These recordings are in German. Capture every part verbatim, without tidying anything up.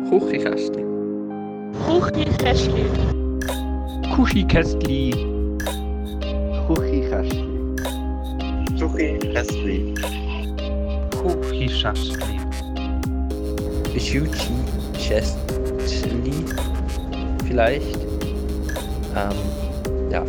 Küchenkästli. Küchenkästli. Küchenkästli. Küchenkästli. Küchenkästli. Küchenkästli. Küchenkästli. Vielleicht. Ähm, ja.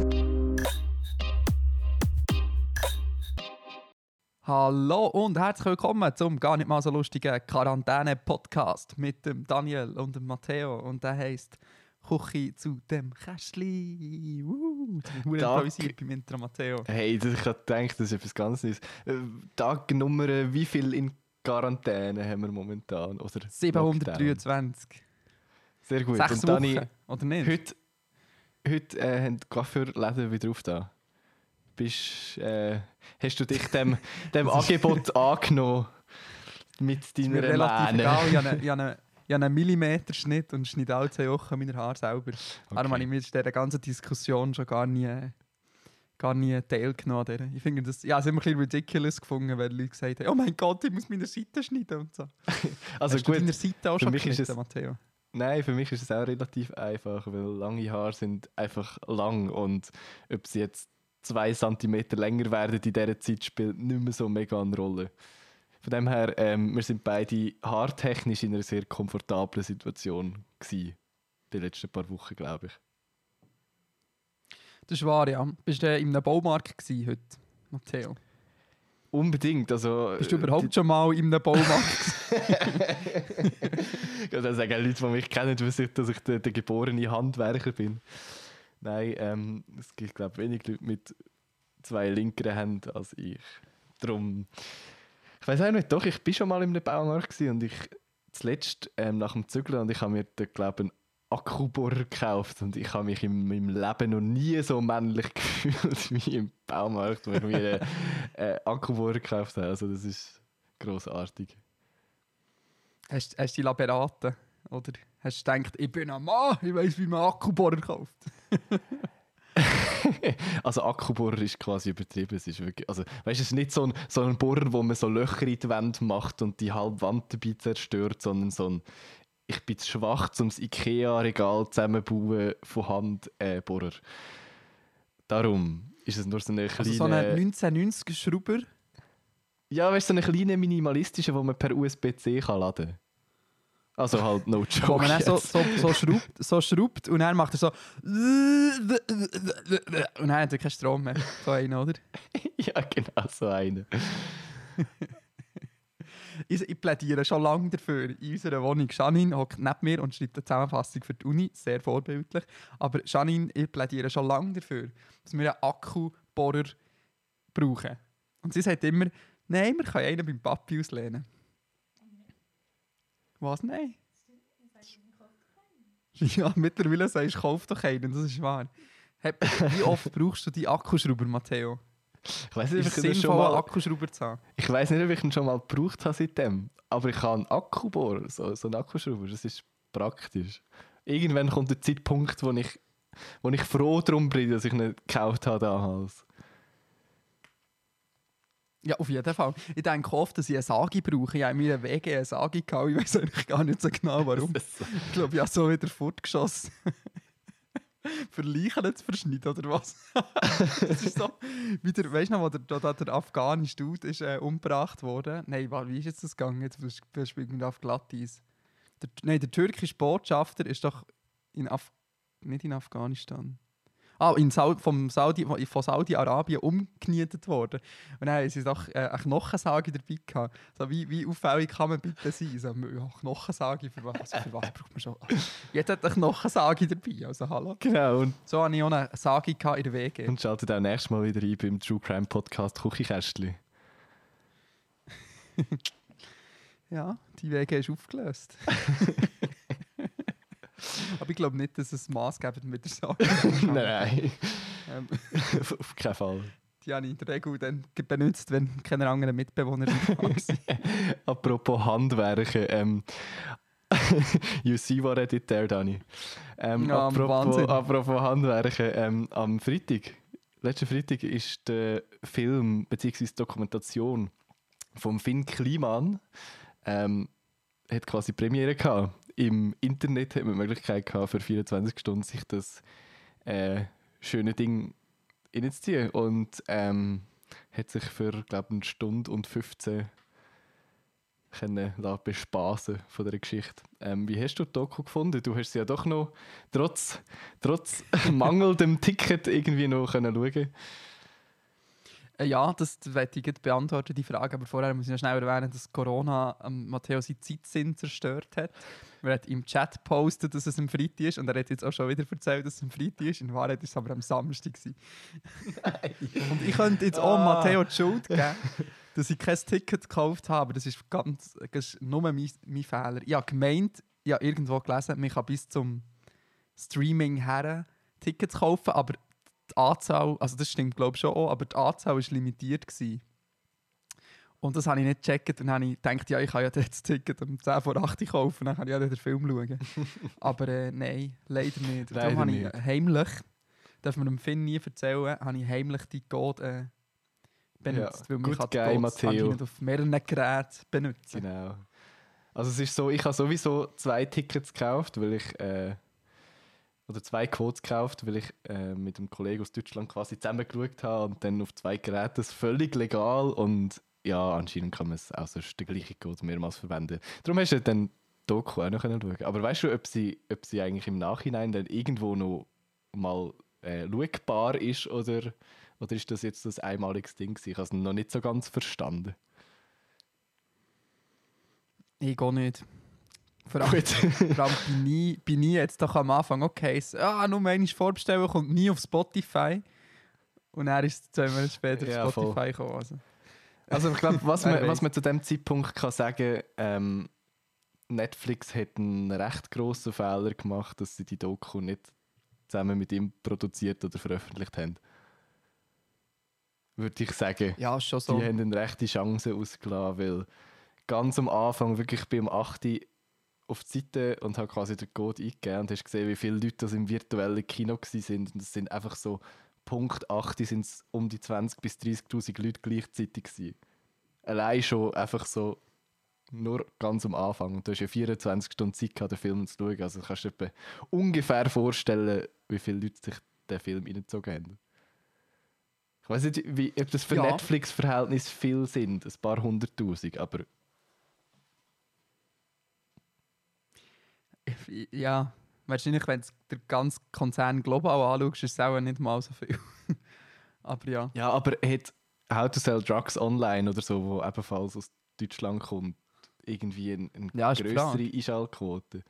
Hallo und herzlich willkommen zum gar nicht mal so lustigen Quarantäne-Podcast mit dem Daniel und dem Matteo. Und der heisst Küche zu dem Kästli. Uh, das ist nur improvisiert beim Intro, Matteo. Hey, das, ich habe gedacht, das ist etwas ganz Neues. Äh, Tag Nummer, wie viel in Quarantäne haben wir momentan? Oder siebenhundertdreiundzwanzig. Sehr gut. Sechs und Dani, Wochen, oder nicht? Heute, heute äh, haben die Coiffeurläden wieder aufgetan. Bist, äh, hast du dich dem, dem Angebot angenommen mit deiner Mir relativ Mähne? egal. Ich habe einen, ich habe einen, ich habe einen Millimeterschnitt und schneide alle zwei Wochen meine Haare selber. Okay. Darum habe ich mir in dieser ganzen Diskussion schon gar nie, gar nie teilgenommen. Ich finde das, ja, es immer ein bisschen ridiculous gefunden, weil Leute gesagt haben, oh mein Gott, ich muss meine Seite schneiden und so. Also Hast gut, du deine Seite auch für schon mich ist geschnitten, es- Matteo? Nein, für mich ist es auch relativ einfach, weil lange Haare sind einfach lang und ob sie jetzt zwei Zentimeter länger werden in dieser Zeit, spielt nicht mehr so mega eine Rolle. Von dem her, ähm, wir sind beide haartechnisch in einer sehr komfortablen Situation gewesen, die letzten paar Wochen, glaube ich. Das ist wahr, ja. Bist du in einem Baumarkt gewesen heute, Matteo? Unbedingt, also... Bist du überhaupt schon mal in einem Baumarkt? Ja, das sagen Leute, die mich kennen, wissen, dass ich der, der geborene Handwerker bin. Nein, ähm, es gibt, glaube ich, wenig Leute mit zwei linkeren Händen als ich. Darum, ich weiß auch nicht, doch, ich bin schon mal in einem Baumarkt gewesen und ich zuletzt ähm, nach dem Zügeln und ich habe mir, glaube einen Akkubohrer gekauft und ich habe mich in meinem Leben noch nie so männlich gefühlt wie im Baumarkt, wo ich mir einen äh, Akkubohrer gekauft habe. Also das ist grossartig. hast, hast du dich beraten? Oder hast du gedacht, ich bin ein Mann, ich weiss, wie man Akkubohrer kauft? Also Akkubohrer ist quasi übertrieben. Es ist wirklich, also, weißt, es ist nicht so ein, so ein Bohrer, wo man so Löcher in die Wand macht und die halbe Wand dabei zerstört, sondern so ein «Ich bin zu schwach, um das Ikea-Regal zusammenzubauen von Hand äh, Bohrer». Darum ist es nur so eine kleine... Also so einen neunzehnhundertneunziger-Schrauber? Ja, weißt du, so eine kleine minimalistische, die man per U S B C kann laden kann. Also halt no joke. Wo man dann so, jetzt. so, so, schraubt, so schraubt und dann macht er so und dann hat er keinen Strom mehr. So einer, oder? Ja, genau so eine. Ich, ich plädiere schon lange dafür. In unserer Wohnung, Janine hockt neben mir und schreibt eine Zusammenfassung für die Uni, sehr vorbildlich. Aber Janine, ich plädiere schon lange dafür, dass wir einen Akkubohrer brauchen. Und sie sagt immer, nein, wir können einen beim Papi auslehnen. Was? Nein? Ja, mittlerweile sagst du, kauf doch einen, das ist wahr. Hey, wie oft brauchst du die Akkuschrauber, Matteo? Ich weiß nicht, Ist ob es ich ihn schon sinnvoll, einen mal... Akkuschrauber zu haben? Ich weiss nicht, ob ich ihn schon mal gebraucht habe seitdem. Aber ich habe einen Akkubohrer, so, so einen Akkuschrauber. Das ist praktisch. Irgendwann kommt der Zeitpunkt, wo ich, wo ich froh darum bin, dass ich ihn gekauft habe damals. Ja, auf jeden Fall. Ich denke oft, dass ich eine Sagi brauche. Ich habe in meiner W G eine Sagi gehabt. Ich weiß eigentlich gar nicht so genau, warum. Das ist so. Ich glaube, ich habe so wieder fortgeschossen. Für Leichen zu verschneiden, oder was? Das ist so, wie der, weißt du noch, wo der, der, der afghanische Dude ist, äh, umgebracht wurde? Nein, wie ist jetzt das gegangen? Jetzt bist du irgendwie auf Glatteis. Der, nein, der türkische Botschafter ist doch in Af nicht in Afghanistan. Ah, in Sau vom Saudi von Saudi-Arabien umgenietet worden. Und dann haben sie doch äh, eine Knochensage dabei gehabt. So, wie, wie auffällig kann man bitte sein? So, ja, Knochensage, für was, für was braucht man schon? Jeder hat eine Knochensage dabei, also hallo. Genau. Und, So hatte ich auch eine Sage in der W G. und schaltet auch nächstes Mal wieder ein beim True Crime Podcast Küchenkästli. Ja, die W G ist aufgelöst. Aber ich glaube nicht, dass es maßgebend mit der Sage ist. Nein, Ähm, auf keinen Fall. die habe ich in der Regel dann benutzt, wenn keine anderen Mitbewohner da waren. Apropos Handwerken, ähm, you see what I did there, Dani. Ähm, Ja, apropos, Wahnsinn. apropos Handwerken, ähm, am Freitag, letzten Freitag ist der Film bzw. Dokumentation vom Finn Kliman ähm, hat quasi Premiere gehabt. Im Internet hat man die Möglichkeit gehabt, für vierundzwanzig Stunden sich das äh, schöne Ding reinzuziehen. Und ähm, hat sich für, glaube ich, eine Stunde und fünfzehn können bespaßen von dieser Geschichte. Ähm, wie hast du die Doku gefunden? Du hast sie ja doch noch trotz, trotz mangelndem Ticket irgendwie noch können schauen. Äh, ja, das werde ich jetzt beantworten, die Frage. Aber vorher muss ich noch schnell erwähnen, dass Corona ähm, Matteo seinen Zeitsinn zerstört hat. Er hat im Chat gepostet, dass es am Freitag ist. Und er hat jetzt auch schon wieder erzählt, dass es am Freitag ist. In Wahrheit war es aber am Samstag. Und ich könnte jetzt auch Ah. Matteo die Schuld geben, dass ich kein Ticket gekauft habe. Das ist, ganz, das ist nur mein, mein Fehler. Ich habe gemeint, ich habe irgendwo gelesen, man kann bis zum Streaming her Tickets kaufen, aber die Anzahl, also das stimmt glaube ich schon auch, aber die Anzahl war limitiert gewesen. Und das habe ich nicht gecheckt und dann habe ich gedacht, ja, ich kann ja das Ticket um zehn vor acht kaufen, dann kann ich ja den Film schauen. Aber äh, nein, leider nicht. Leider Darum habe nicht. ich heimlich, darf man dem Finn nie erzählen, habe ich heimlich die Code äh, benutzt, Ja, weil gut man kann die geil, Codes Matteo. anscheinend auf mehreren Geräten benutzen. Genau. Also es ist so, ich habe sowieso zwei Tickets gekauft, weil ich äh, oder zwei Codes gekauft, weil ich äh, mit einem Kollegen aus Deutschland quasi zusammen geschaut habe und dann auf zwei Geräten. Das ist völlig legal und ja, anscheinend kann man es auch sonst den gleichen Code mehrmals verwenden. Darum hast du dann die Doku auch noch schauen können. Aber weißt du, ob sie, ob sie eigentlich im Nachhinein dann irgendwo noch mal äh, schaubar ist oder, oder ist das jetzt das einmaliges Ding gewesen? Ich habe es noch nicht so ganz verstanden. Ich gehe nicht. Vor allem, Gut. vor allem bin, ich, bin ich jetzt doch am Anfang, okay, so, ah, nur einmal vorbestellen, kommt nie auf Spotify. Und dann ist es zwei Monate später Ja, auf Spotify gekommen. Also. Also ich glaube, was, Wer man- weiß. was man zu dem Zeitpunkt kann sagen, ähm, Netflix hat einen recht grossen Fehler gemacht, dass sie die Doku nicht zusammen mit ihm produziert oder veröffentlicht haben. Würde ich sagen. Ja, ist schon Die so. haben eine rechte Chance ausgelassen, weil ganz am Anfang wirklich beim acht auf die Seite und habe quasi den Code eingegeben und hast gesehen, wie viele Leute das im virtuellen Kino gsi sind. Und es sind einfach so Punkt acht sind es um die zwanzig bis dreißigtausend Leute gleichzeitig gewesen. Allein schon einfach so nur ganz am Anfang. Und du hast ja vierundzwanzig Stunden Zeit gehabt, den Film zu schauen. Also kannst du dir ungefähr vorstellen, wie viele Leute sich den Film reingezogen haben. Ich weiß nicht, wie, ob das für Ja. Netflix-Verhältnis viel sind, ein paar hunderttausend, aber Ja, wahrscheinlich, wenn du den ganzen Konzern global anschaust, ist es auch nicht mal so viel. Aber ja. ja, aber hat How to Sell Drugs Online oder so, wo ebenfalls aus Deutschland kommt, irgendwie eine, eine Ja, ist die grössere Frage. Einschaltquote.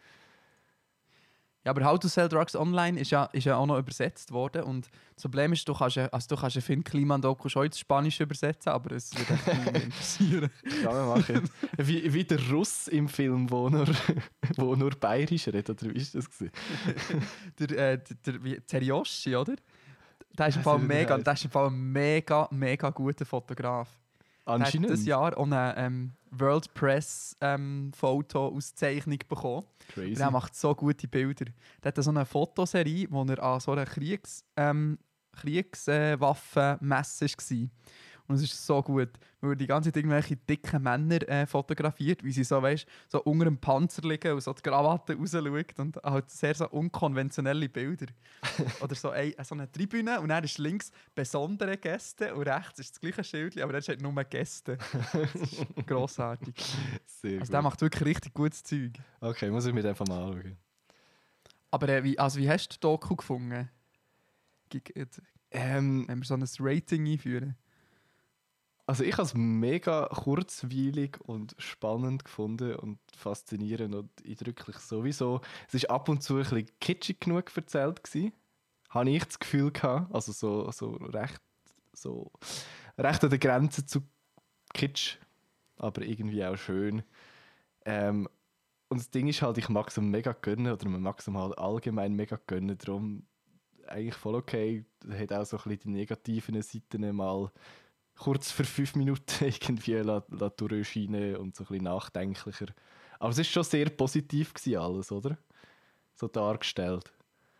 Ja, aber How to Sell Drugs Online ist ja, ist ja auch noch übersetzt worden. Und das Problem ist, du kannst ja, also du kannst ja Film Kliman-Doku schon ins Spanisch übersetzen, aber es wird echt niemand interessieren. Kann man machen. wie, wie der Russ im Film, wo nur, wo nur bayerisch redet, oder wie ist das gewesen? Der, äh, der, der wie- Teryoshi, oder? Der ist, im Ich Fall weiss nicht, wie der mega, heisst. der ist im Fall ein mega, mega guter Fotograf. Der hat Anscheinend. dieses Jahr auch eine ähm, World Press ähm, Foto-Auszeichnung bekommen. Crazy. Und er macht so gute Bilder. Der hat so eine Fotoserie, wo er an so einer Kriegs, ähm, Kriegswaffenmesse war. Und es ist so gut, weil er die ganze Zeit irgendwelche dicken Männer äh, fotografiert, wie sie so, weißt, so unter einem Panzer liegen und so die Krawatte rausschaut und halt sehr so unkonventionelle Bilder. Oder so, ein, so eine Tribüne und dann ist links besondere Gäste und rechts ist das gleiche Schild, aber dann steht nur Gäste. Das ist grossartig. Sehr Also gut. der macht wirklich richtig gutes Zeug. Okay, muss ich mir einfach mal anschauen. Aber äh, wie, also wie hast du die Doku gefunden? Geg- jetzt, Ähm, Wenn wir so ein Rating einführen. Also ich habe es mega kurzweilig und spannend gefunden und faszinierend und eindrücklich sowieso. Es ist ab und zu ein bisschen kitschig genug erzählt gewesen, habe ich das Gefühl gehabt. Also so, so, recht, so recht an der Grenze zu Kitsch, aber irgendwie auch schön. Ähm, und das Ding ist halt, ich mag es ihm mega gönnen oder man mag es ihm halt allgemein mega gönnen. Darum eigentlich voll okay. Er hat auch so ein bisschen die negativen Seiten mal kurz für fünf Minuten irgendwie la, la durchscheinen und so ein bisschen nachdenklicher. Aber es war schon sehr positiv gewesen alles, oder? So dargestellt.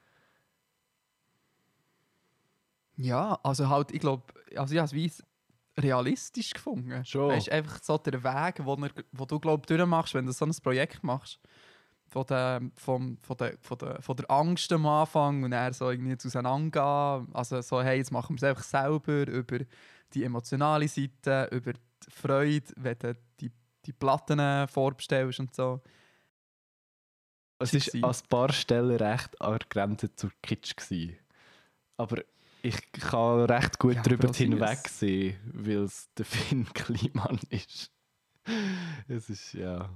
Ja, also halt, ich glaube, also ich habe es wie realistisch gefunden. Schon. Weißt, einfach so der Weg, wo, er, wo du glaub, durchmachst, wenn du so ein Projekt machst. Von der, vom, von, der, von, der, von der Angst am Anfang und dann so irgendwie auseinandergehen. Also so, hey, jetzt machen wir es einfach selber, über die emotionale Seite, über die Freude, wenn du die, die Platten vorbestellst und so. Es war an ein paar Stellen recht an der Grenze zur Kitsch gewesen. Aber ich kann recht gut Ja, darüber das hinwegsehen, weil es der Finn Kliman ist. Es ist, ja...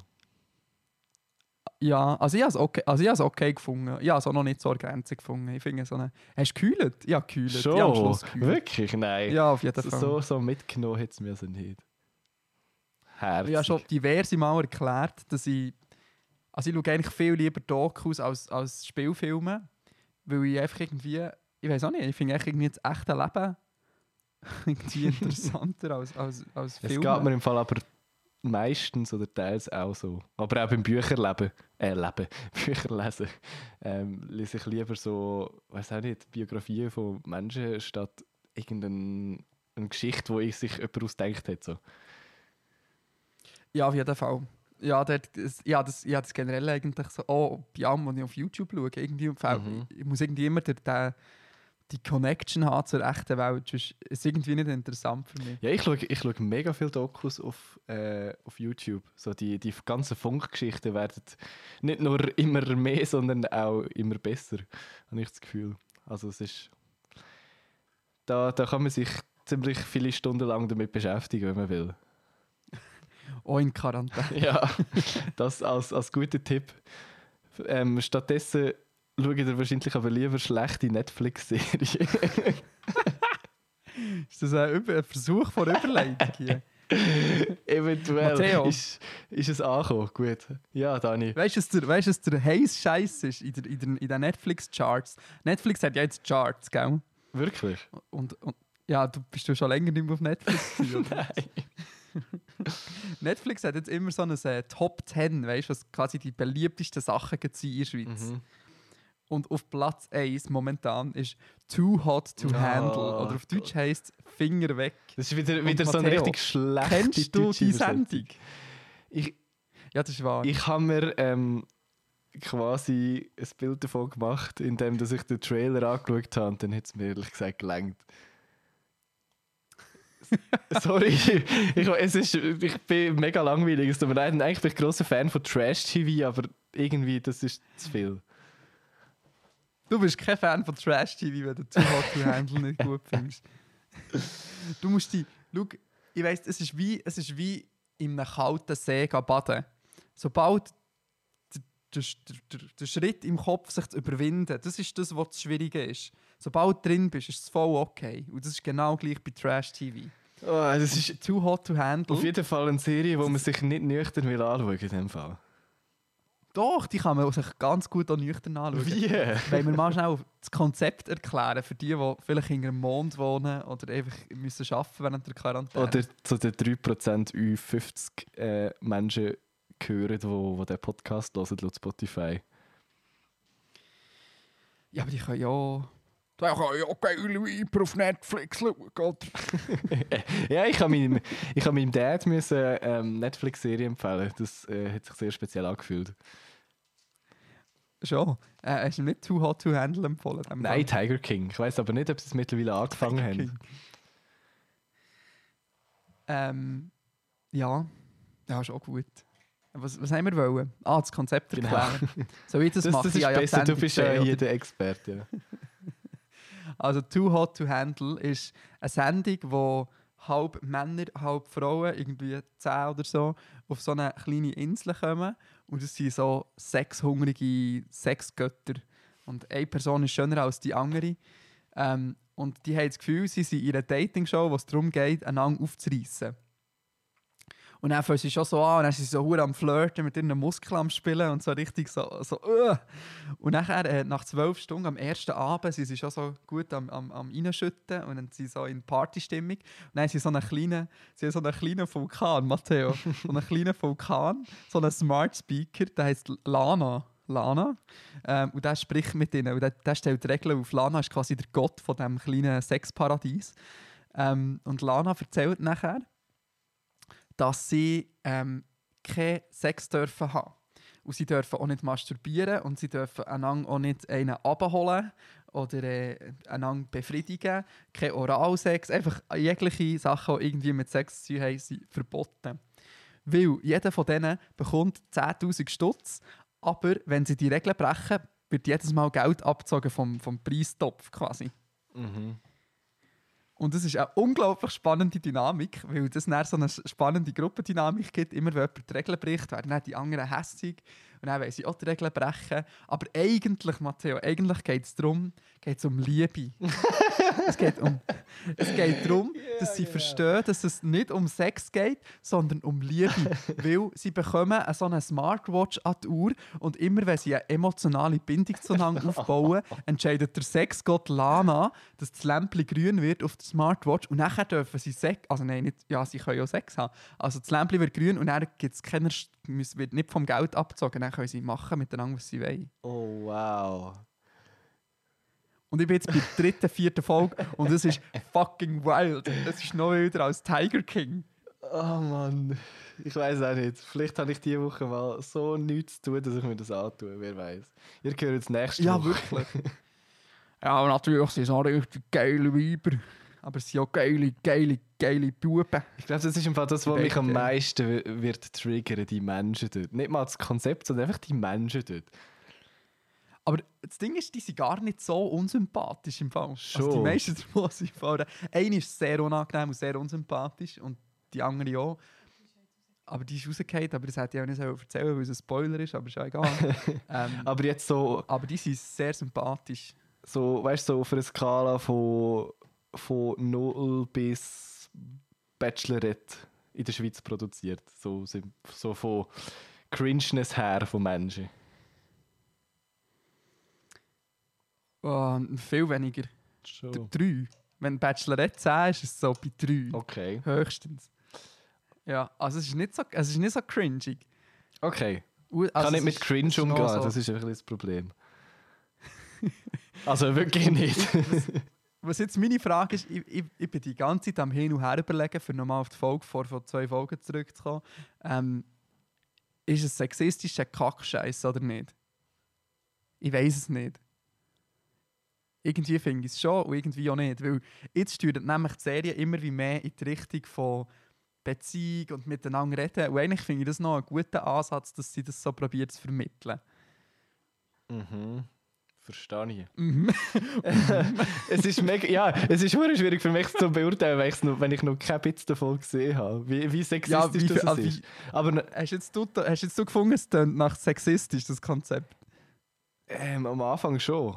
Ja, also ich habe es okay, also ich habe es okay gefunden. Ich habe es auch noch nicht so an der Grenze gefunden. Ich finde so eine... Hast du gekühlt? Ja, gekühlt. Schon? Ich habe am Schluss gekühlt. Wirklich? Nein. Ja, auf jeden Fall. So, so mitgenommen hat es mir also nicht. Herzig. Ich habe schon diverse Mal erklärt, dass ich... Also ich schaue eigentlich viel lieber Dokus als, als Spielfilme. Weil ich einfach irgendwie... Ich weiß auch nicht, ich finde irgendwie das echte Leben irgendwie interessanter als, als, als Filme. Es geht mir im Fall aber meistens oder teils auch so. Aber auch beim Bücherleben, äh, Leben, Bücherlesen, ähm, lese ich lieber so, weiß auch nicht, Biografien von Menschen statt irgendeine eine Geschichte, die sich jemand ausgedacht hat. So. Ja, auf jeden Fall. Ja, dort, ja, das, ja, das generell eigentlich so, oh, bei allem, was ich auf YouTube schaue, irgendwie, Mhm. ich muss irgendwie immer den, den, die Connection haben zur echten Welt, sonst ist es irgendwie nicht interessant für mich. Ja, ich schaue, ich schaue mega viele Dokus auf, äh, auf YouTube. So die, die ganzen Funkgeschichten werden nicht nur immer mehr, sondern auch immer besser, habe ich das Gefühl. Also es ist... Da, da kann man sich ziemlich viele Stunden lang damit beschäftigen, wenn man will. Auch in Quarantäne. Ja, das als, als guter Tipp. Ähm, stattdessen schaut ihr wahrscheinlich aber lieber schlechte Netflix-Serien. Ist das ein, Über- ein Versuch von Überleitung hier? Eventuell Matteo. ist, ist es angekommen. Gut. Ja, Dani. Weißt du, was der, weißt, du, was der heiß Scheiß ist in, der, in, der, in den Netflix-Charts? Netflix hat ja jetzt Charts, gell? Wirklich? Und, und ja, du bist du schon länger nicht mehr auf Netflix gewesen, oder? Nein. Netflix hat jetzt immer so eine äh, Top zehn, weißt du, was quasi die beliebtesten Sachen sind in der Schweiz. Mhm. Und auf Platz eins momentan ist Too Hot to Oh, Handle. Oder auf Deutsch Gott. heisst Finger weg. Das ist wieder, Und wieder so eine Matteo, richtig schlechte Kennst du deutsche die Übersetzung. Sendung? Ich, Ja, das ist wahr. ich habe mir ähm, quasi ein Bild davon gemacht, indem dass ich den Trailer angeschaut habe und dann hat es mir ehrlich gesagt gelangt. Sorry, ich, es ist, ich bin mega langweilig. Es tut mir leid. Eigentlich bin ich grosser Fan von Trash-T V, aber irgendwie, das ist zu viel. Du bist kein Fan von Trash-T V, wenn du Too Hot to Handle nicht gut findest. Du musst die... Schau, ich weiss, es ist wie, es ist wie in einem kalten See gehen baden. Sobald der, der, der, der Schritt im Kopf sich zu überwinden, das ist das, was das Schwierige ist. Sobald du drin bist, ist es voll okay. Und das ist genau gleich bei Trash-T V. Oh, das Und ist Too Hot to Handle. auf jeden Fall eine Serie, die man sich nicht nüchtern will anschauen in dem Fall. Doch, die kann man sich ganz gut auch nüchtern anschauen. Wie? Wollen wir mal schnell das Konzept erklären für die, die vielleicht hinter dem Mond wohnen oder einfach müssen arbeiten während der Quarantäne? Oder zu den drei Prozent Ü fünfzig äh, Menschen hören, die wo, wo den Podcast hören, laut Spotify. Ja, aber die können ja... Die können ja geile Weiber auf Netflix schauen, oder? Ja, ich habe meinem, ich habe meinem Dad müssen, ähm, Netflix-Serie empfehlen. Das äh, hat sich sehr speziell angefühlt. Schon. Äh, hast du nicht Too Hot to Handle empfohlen? dem Nein, Fall? Tiger King. Ich weiss aber nicht, ob sie es mittlerweile angefangen Tiger haben. King. Ähm, ja. Ja, schon gut. Was, was haben wir wollen? Ah, das Konzept Genau. erklären. Soll ich das, Das, machen? das ist Ja, ja, die besser, du Sendung bist ja gesehen, hier oder? der Experte. Ja. Also Too Hot to Handle ist eine Sendung, wo halb Männer, halb Frauen, irgendwie zehn oder so, auf so eine kleine Insel kommen. Und es sind so sexhungrige Sexgötter. Und eine Person ist schöner als die andere. Ähm, und die haben das Gefühl, sie sind in einer Dating-Show, wo es darum geht, einander aufzureissen. Und dann fangen sie schon so an und dann sind sie so hure am Flirten, mit ihren Muskeln am Spielen und so richtig so, so uh. Und nachher, äh, nach zwölf Stunden am ersten Abend, sind sie schon so gut am, am, am Reinschütten und dann sind sie so in Partystimmung. Und dann haben sie so einen kleinen, sie haben so einen kleinen Vulkan, Matteo, so einen kleinen Vulkan, so einen Smart Speaker, der heisst Lana. Lana. Ähm, und der spricht mit ihnen und der, der stellt Regeln auf. Lana ist quasi der Gott von diesem kleinen Sexparadies. Ähm, und Lana erzählt nachher, dass sie ähm, keinen Sex dürfen haben. Und sie dürfen auch nicht masturbieren und sie dürfen einander auch nicht einen abholen oder äh, einander befriedigen. Kein Oralsex, einfach jegliche Sachen, die irgendwie mit Sex zu tun haben, sind verboten. Weil jeder von denen bekommt zehntausend Stutz, aber wenn sie die Regeln brechen, wird jedes Mal Geld abgezogen vom, vom Preistopf quasi. Mhm. Und das ist eine unglaublich spannende Dynamik, weil es dann so eine spannende Gruppendynamik gibt. Immer wenn jemand die Regeln bricht, werden dann die anderen hässig und dann wollen sie auch die Regeln brechen. Aber eigentlich, Matteo, eigentlich geht es darum, geht's um Liebe. es, geht um, es geht darum, yeah, dass sie yeah. verstehen, dass es nicht um Sex geht, sondern um Liebe. Weil sie bekommen so eine Smartwatch an die Uhr und immer wenn sie eine emotionale Bindung zueinander aufbauen, entscheidet der Sexgott Lana, dass das Lämpchen grün wird auf der Smartwatch und nachher dürfen sie Sex, also nein, nicht, ja, sie können ja Sex haben. Also das Lämpchen wird grün und dann gibt's keine, wird nicht vom Geld abgezogen, dann können sie machen miteinander, was sie wollen. Oh wow. Und ich bin jetzt bei der dritten, vierten Folge und es ist fucking wild. Es ist noch wilder als Tiger King. Oh Mann, ich weiß auch nicht. Vielleicht habe ich diese Woche mal so nichts zu tun, dass ich mir das antue. Wer weiß. Ihr hört es nächste ja, Woche. Ja, wirklich. Ja, natürlich sind es auch richtig geile Weiber. Aber es sind auch geile, geile, geile Buben. Ich glaube, das ist im Fall das, was mich am meisten wird triggern, die Menschen dort. Nicht mal das Konzept, sondern einfach die Menschen dort. Aber das Ding ist, die sind gar nicht so unsympathisch im Fall. Schon. Also die meisten davon sind im Fall. Eine ist sehr unangenehm und sehr unsympathisch und die andere auch. Aber die ist rausgefallen, aber das hätte ich auch nicht erzählen, weil es ein Spoiler ist, aber ist ja egal. ähm, aber jetzt so... Aber die sind sehr sympathisch. So, weißt du, so auf einer Skala von, von null bis Bachelorette in der Schweiz produziert. So, so von Cringeness her von Menschen. Oh, viel weniger. Schon. drei. Wenn Bachelorette zehn ist, ist es so bei drei. Okay. Höchstens. Ja, also es ist nicht so, es ist nicht so cringig. Okay. Also ich kann nicht mit Cringe umgehen, so. Das ist ein bisschen das Problem. Also wirklich nicht. was, was jetzt meine Frage ist, ich, ich, ich bin die ganze Zeit am Hin und Her überlegen, für nochmal auf die Folge vor, vor zwei Folgen zurückzukommen. Ähm, ist es sexistischer Kackscheiß oder nicht? Ich weiß es nicht. Irgendwie finde ich es schon und irgendwie auch nicht. Weil jetzt steuert nämlich die Serie immer wie mehr in die Richtung von Beziehung und miteinander reden. Und eigentlich finde ich das noch einen guten Ansatz, dass sie das so probiert zu vermitteln. Mhm. Verstehe ich. Mhm. es ist mega, ja, es ist wirklich schwierig für mich zu beurteilen, weil noch, wenn ich noch kein bisschen davon gesehen habe. Wie, wie sexistisch ja, wie, das also ist. Wie, aber hast jetzt du, hast jetzt du gefunden, es klingt nach sexistisch, das Konzept? Ähm, am Anfang schon.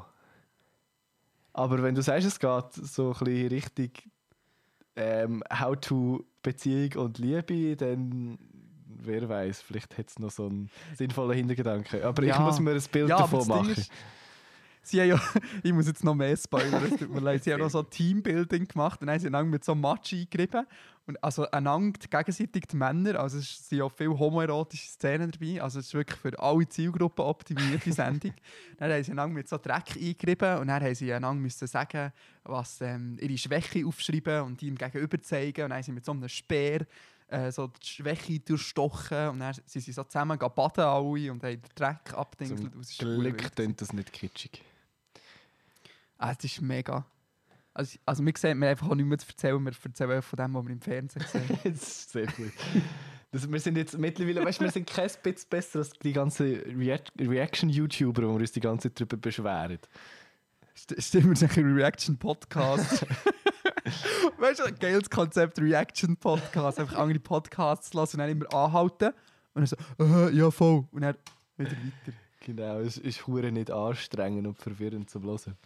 Aber wenn du sagst, es geht so ein bisschen richtig ähm, How to Beziehung und Liebe, dann wer weiß, vielleicht hat es noch so einen sinnvollen Hintergedanken. Aber ja. ich muss mir ein Bild ja, davon machen. Ist, sie haben ja, ich muss jetzt noch mehr spoilern, es tut mir leid. Sie haben noch so Teambuilding gemacht und dann haben sie einander mit so Matsch eingerieben. Und also einander gegenseitig die Männer, also es sind auch viele homoerotische Szenen dabei, also es ist wirklich für alle Zielgruppen optimierte Sendung. Dann haben sie einander mit so Dreck eingerieben und dann haben sie einander müssen sagen, was ähm, ihre Schwäche aufschreiben und die ihm gegenüber zeigen. Und dann haben sie mit so einem Speer äh, so die Schwäche durchstochen und dann sind sie so zusammen baden alle und haben den Dreck abdingselt. Zum Glück klingt das nicht kitschig. Ah, es ist mega. Also, also wir sehen mir einfach auch nicht mehr zu erzählen, wir erzählen von dem, was wir im Fernsehen sehen. Das ist sehr gut. Das, wir sind jetzt mittlerweile, weißt, wir sind kein bisschen besser als die ganzen React- Reaction-YouTuber, die wir uns die ganze Zeit darüber beschweren. St- Stimmt, wir sind ein Reaction-Podcast. Weißt du, ein geiles Konzept, Reaction-Podcast. Einfach andere Podcasts lassen und dann immer anhalten. Und dann so, uh, ja voll. Und dann wieder weiter. Genau, es ist hure nicht anstrengend und verwirrend zu hören.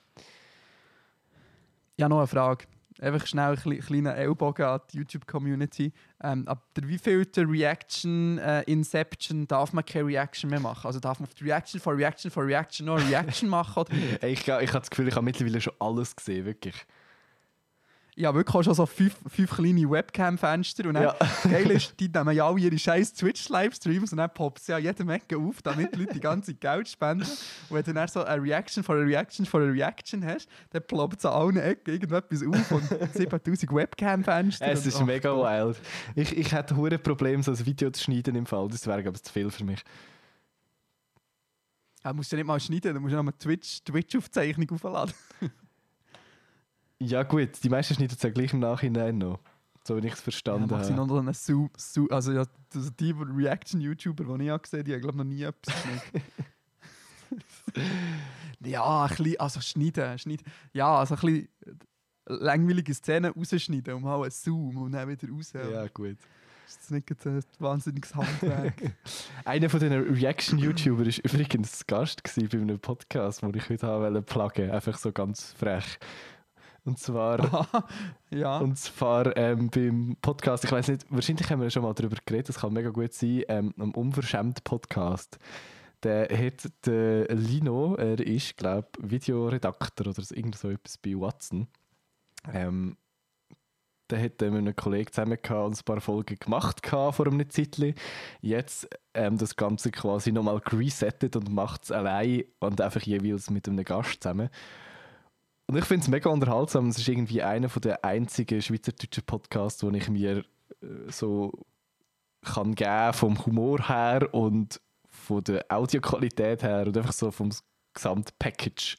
Ja, noch eine Frage. Einfach schnell einen kleinen Ellbogen an die YouTube-Community. Ähm, ab der wievielte Reaction, äh, Inception, darf man keine Reaction mehr machen? Also darf man auf die Reaction vor Reaction vor Reaction noch eine Reaction machen? Oder nicht? Ich, ich habe das Gefühl, ich habe mittlerweile schon alles gesehen, wirklich. ich habe wirklich auch schon so fünf, fünf kleine Webcam-Fenster und dann, Ja. geil ist, die nehmen ja alle ihre scheiß Twitch-Livestreams und dann poppt sie ja jede Ecke auf, damit die Leute die ganze Zeit Geld spenden. Und wenn du dann so eine Reaction for a Reaction for a Reaction hast, dann ploppt es an allen Ecken irgendetwas auf und siebentausend Webcam-Fenster. Es und- ist oh, mega Gott. wild. Ich, ich hätte hure Probleme, so ein Video zu schneiden im Fall. Das wäre, glaube ich, zu viel für mich. Du musst ja nicht mal schneiden, du musst ja noch eine Twitch- Twitch-Aufzeichnung aufladen. Ja gut, die meisten schneiden es ja gleich im Nachhinein noch. So wie ich es Ja, verstanden macht sie habe. noch so eine Su Su also ja, also die Reaction-YouTuber, die ich auch gesehen habe, die haben glaube noch nie etwas geschnitten. Ja, ein bisschen, also schneiden, schneiden. Ja, also ein bisschen langweilige Szenen rausschneiden und mal einen Zoom und dann wieder raus. Ja, gut. Das ist nicht gerade ein wahnsinniges Handwerk. Einer von diesen Reaction-YouTuber war übrigens Gast gewesen bei einem Podcast, den ich heute haben pluggen. Einfach so ganz frech. Und zwar, ja. und zwar ähm, beim Podcast, ich weiß nicht, wahrscheinlich haben wir schon mal darüber geredet, das kann mega gut sein, ähm, am Unverschämt Podcast. Der hat der Lino, er ist, glaube ich, Videoredakteur oder so, irgend so etwas bei Watson. Ähm, der hat mit einem Kollegen zusammen gehabt und ein paar Folgen gemacht gehabt vor einem Zeitchen. Jetzt ähm, das Ganze quasi nochmal resettet und macht es allein und einfach jeweils mit einem Gast zusammen. Und ich finde es mega unterhaltsam. Es ist irgendwie einer der einzigen schweizerdeutschen Podcasts, den ich mir äh, so kann geben vom Humor her und von der Audioqualität her und einfach so vom Gesamtpackage.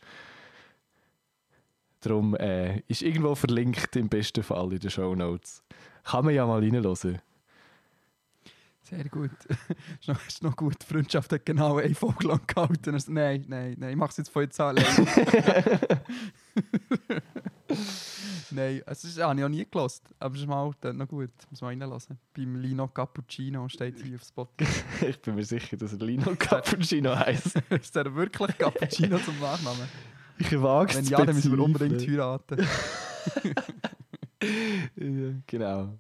Darum äh, ist irgendwo verlinkt im besten Fall in den Shownotes. Kann man ja mal reinhören. Sehr gut. ist, noch, ist noch gut. Die Freundschaft hat genau eine Folge lang gehalten. Also, nein, nein, nein, ich mache es jetzt von jetzt an allein. Nein, es ist, habe ich auch nie gelost. Aber es ist mal dann noch gut. Muss man reinlassen. Beim Lino Cappuccino steht hier auf Spotify. Ich bin mir sicher, dass er Lino Cappuccino heisst. Ist der wirklich Cappuccino zum Nachnamen? Ich wage es Wenn zu ja, dann müssen wir unbedingt bezweifeln. heiraten. Ja, genau.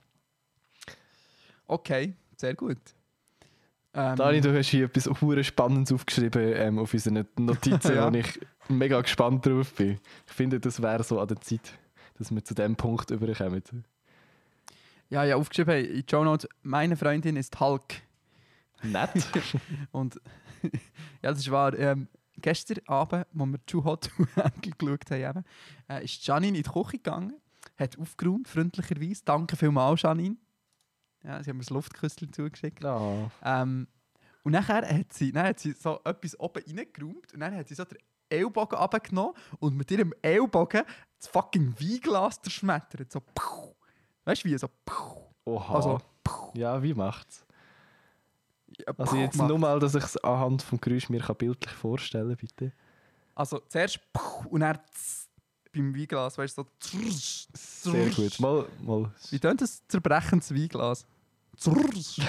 Okay, sehr gut. Ähm, Dani, du hast hier etwas hure Spannendes aufgeschrieben ähm, auf unseren Notizen, Ja. wo ich mega gespannt drauf bin. Ich finde, das wäre so an der Zeit, dass wir zu diesem Punkt überkommen. Ja, ja, aufgeschrieben in die Shownotes, meine Freundin ist Hulk. Nett. Und ja, das ist wahr. Ähm, gestern Abend, als wir Too Hot to Handle geschaut haben, äh, ist Janine in die Küche gegangen, hat aufgeräumt, freundlicherweise. Danke vielmals, Janine. Ja, sie haben mir das Luftküsschen zugeschickt. Ja. Ähm, und nachher hat sie, dann hat sie so etwas oben reingeräumt und dann hat sie so den Ellbogen runtergenommen und mit ihrem Ellbogen das fucking Weinglas zerschmettert. So, puh. Weißt du wie? So, puh. Oha. Also, puh. Ja, wie macht's? Ja, Also puh, jetzt macht- nur mal, dass ich es anhand des Geräuschs mir kann bildlich vorstellen kann, bitte. Also zuerst puh, und dann tss, beim Weinglas, weißt du, so zrrsch, Sehr zrrsch. gut. Mal, mal. Wie tönt das zerbrechendes Weinglas? Zrrsch.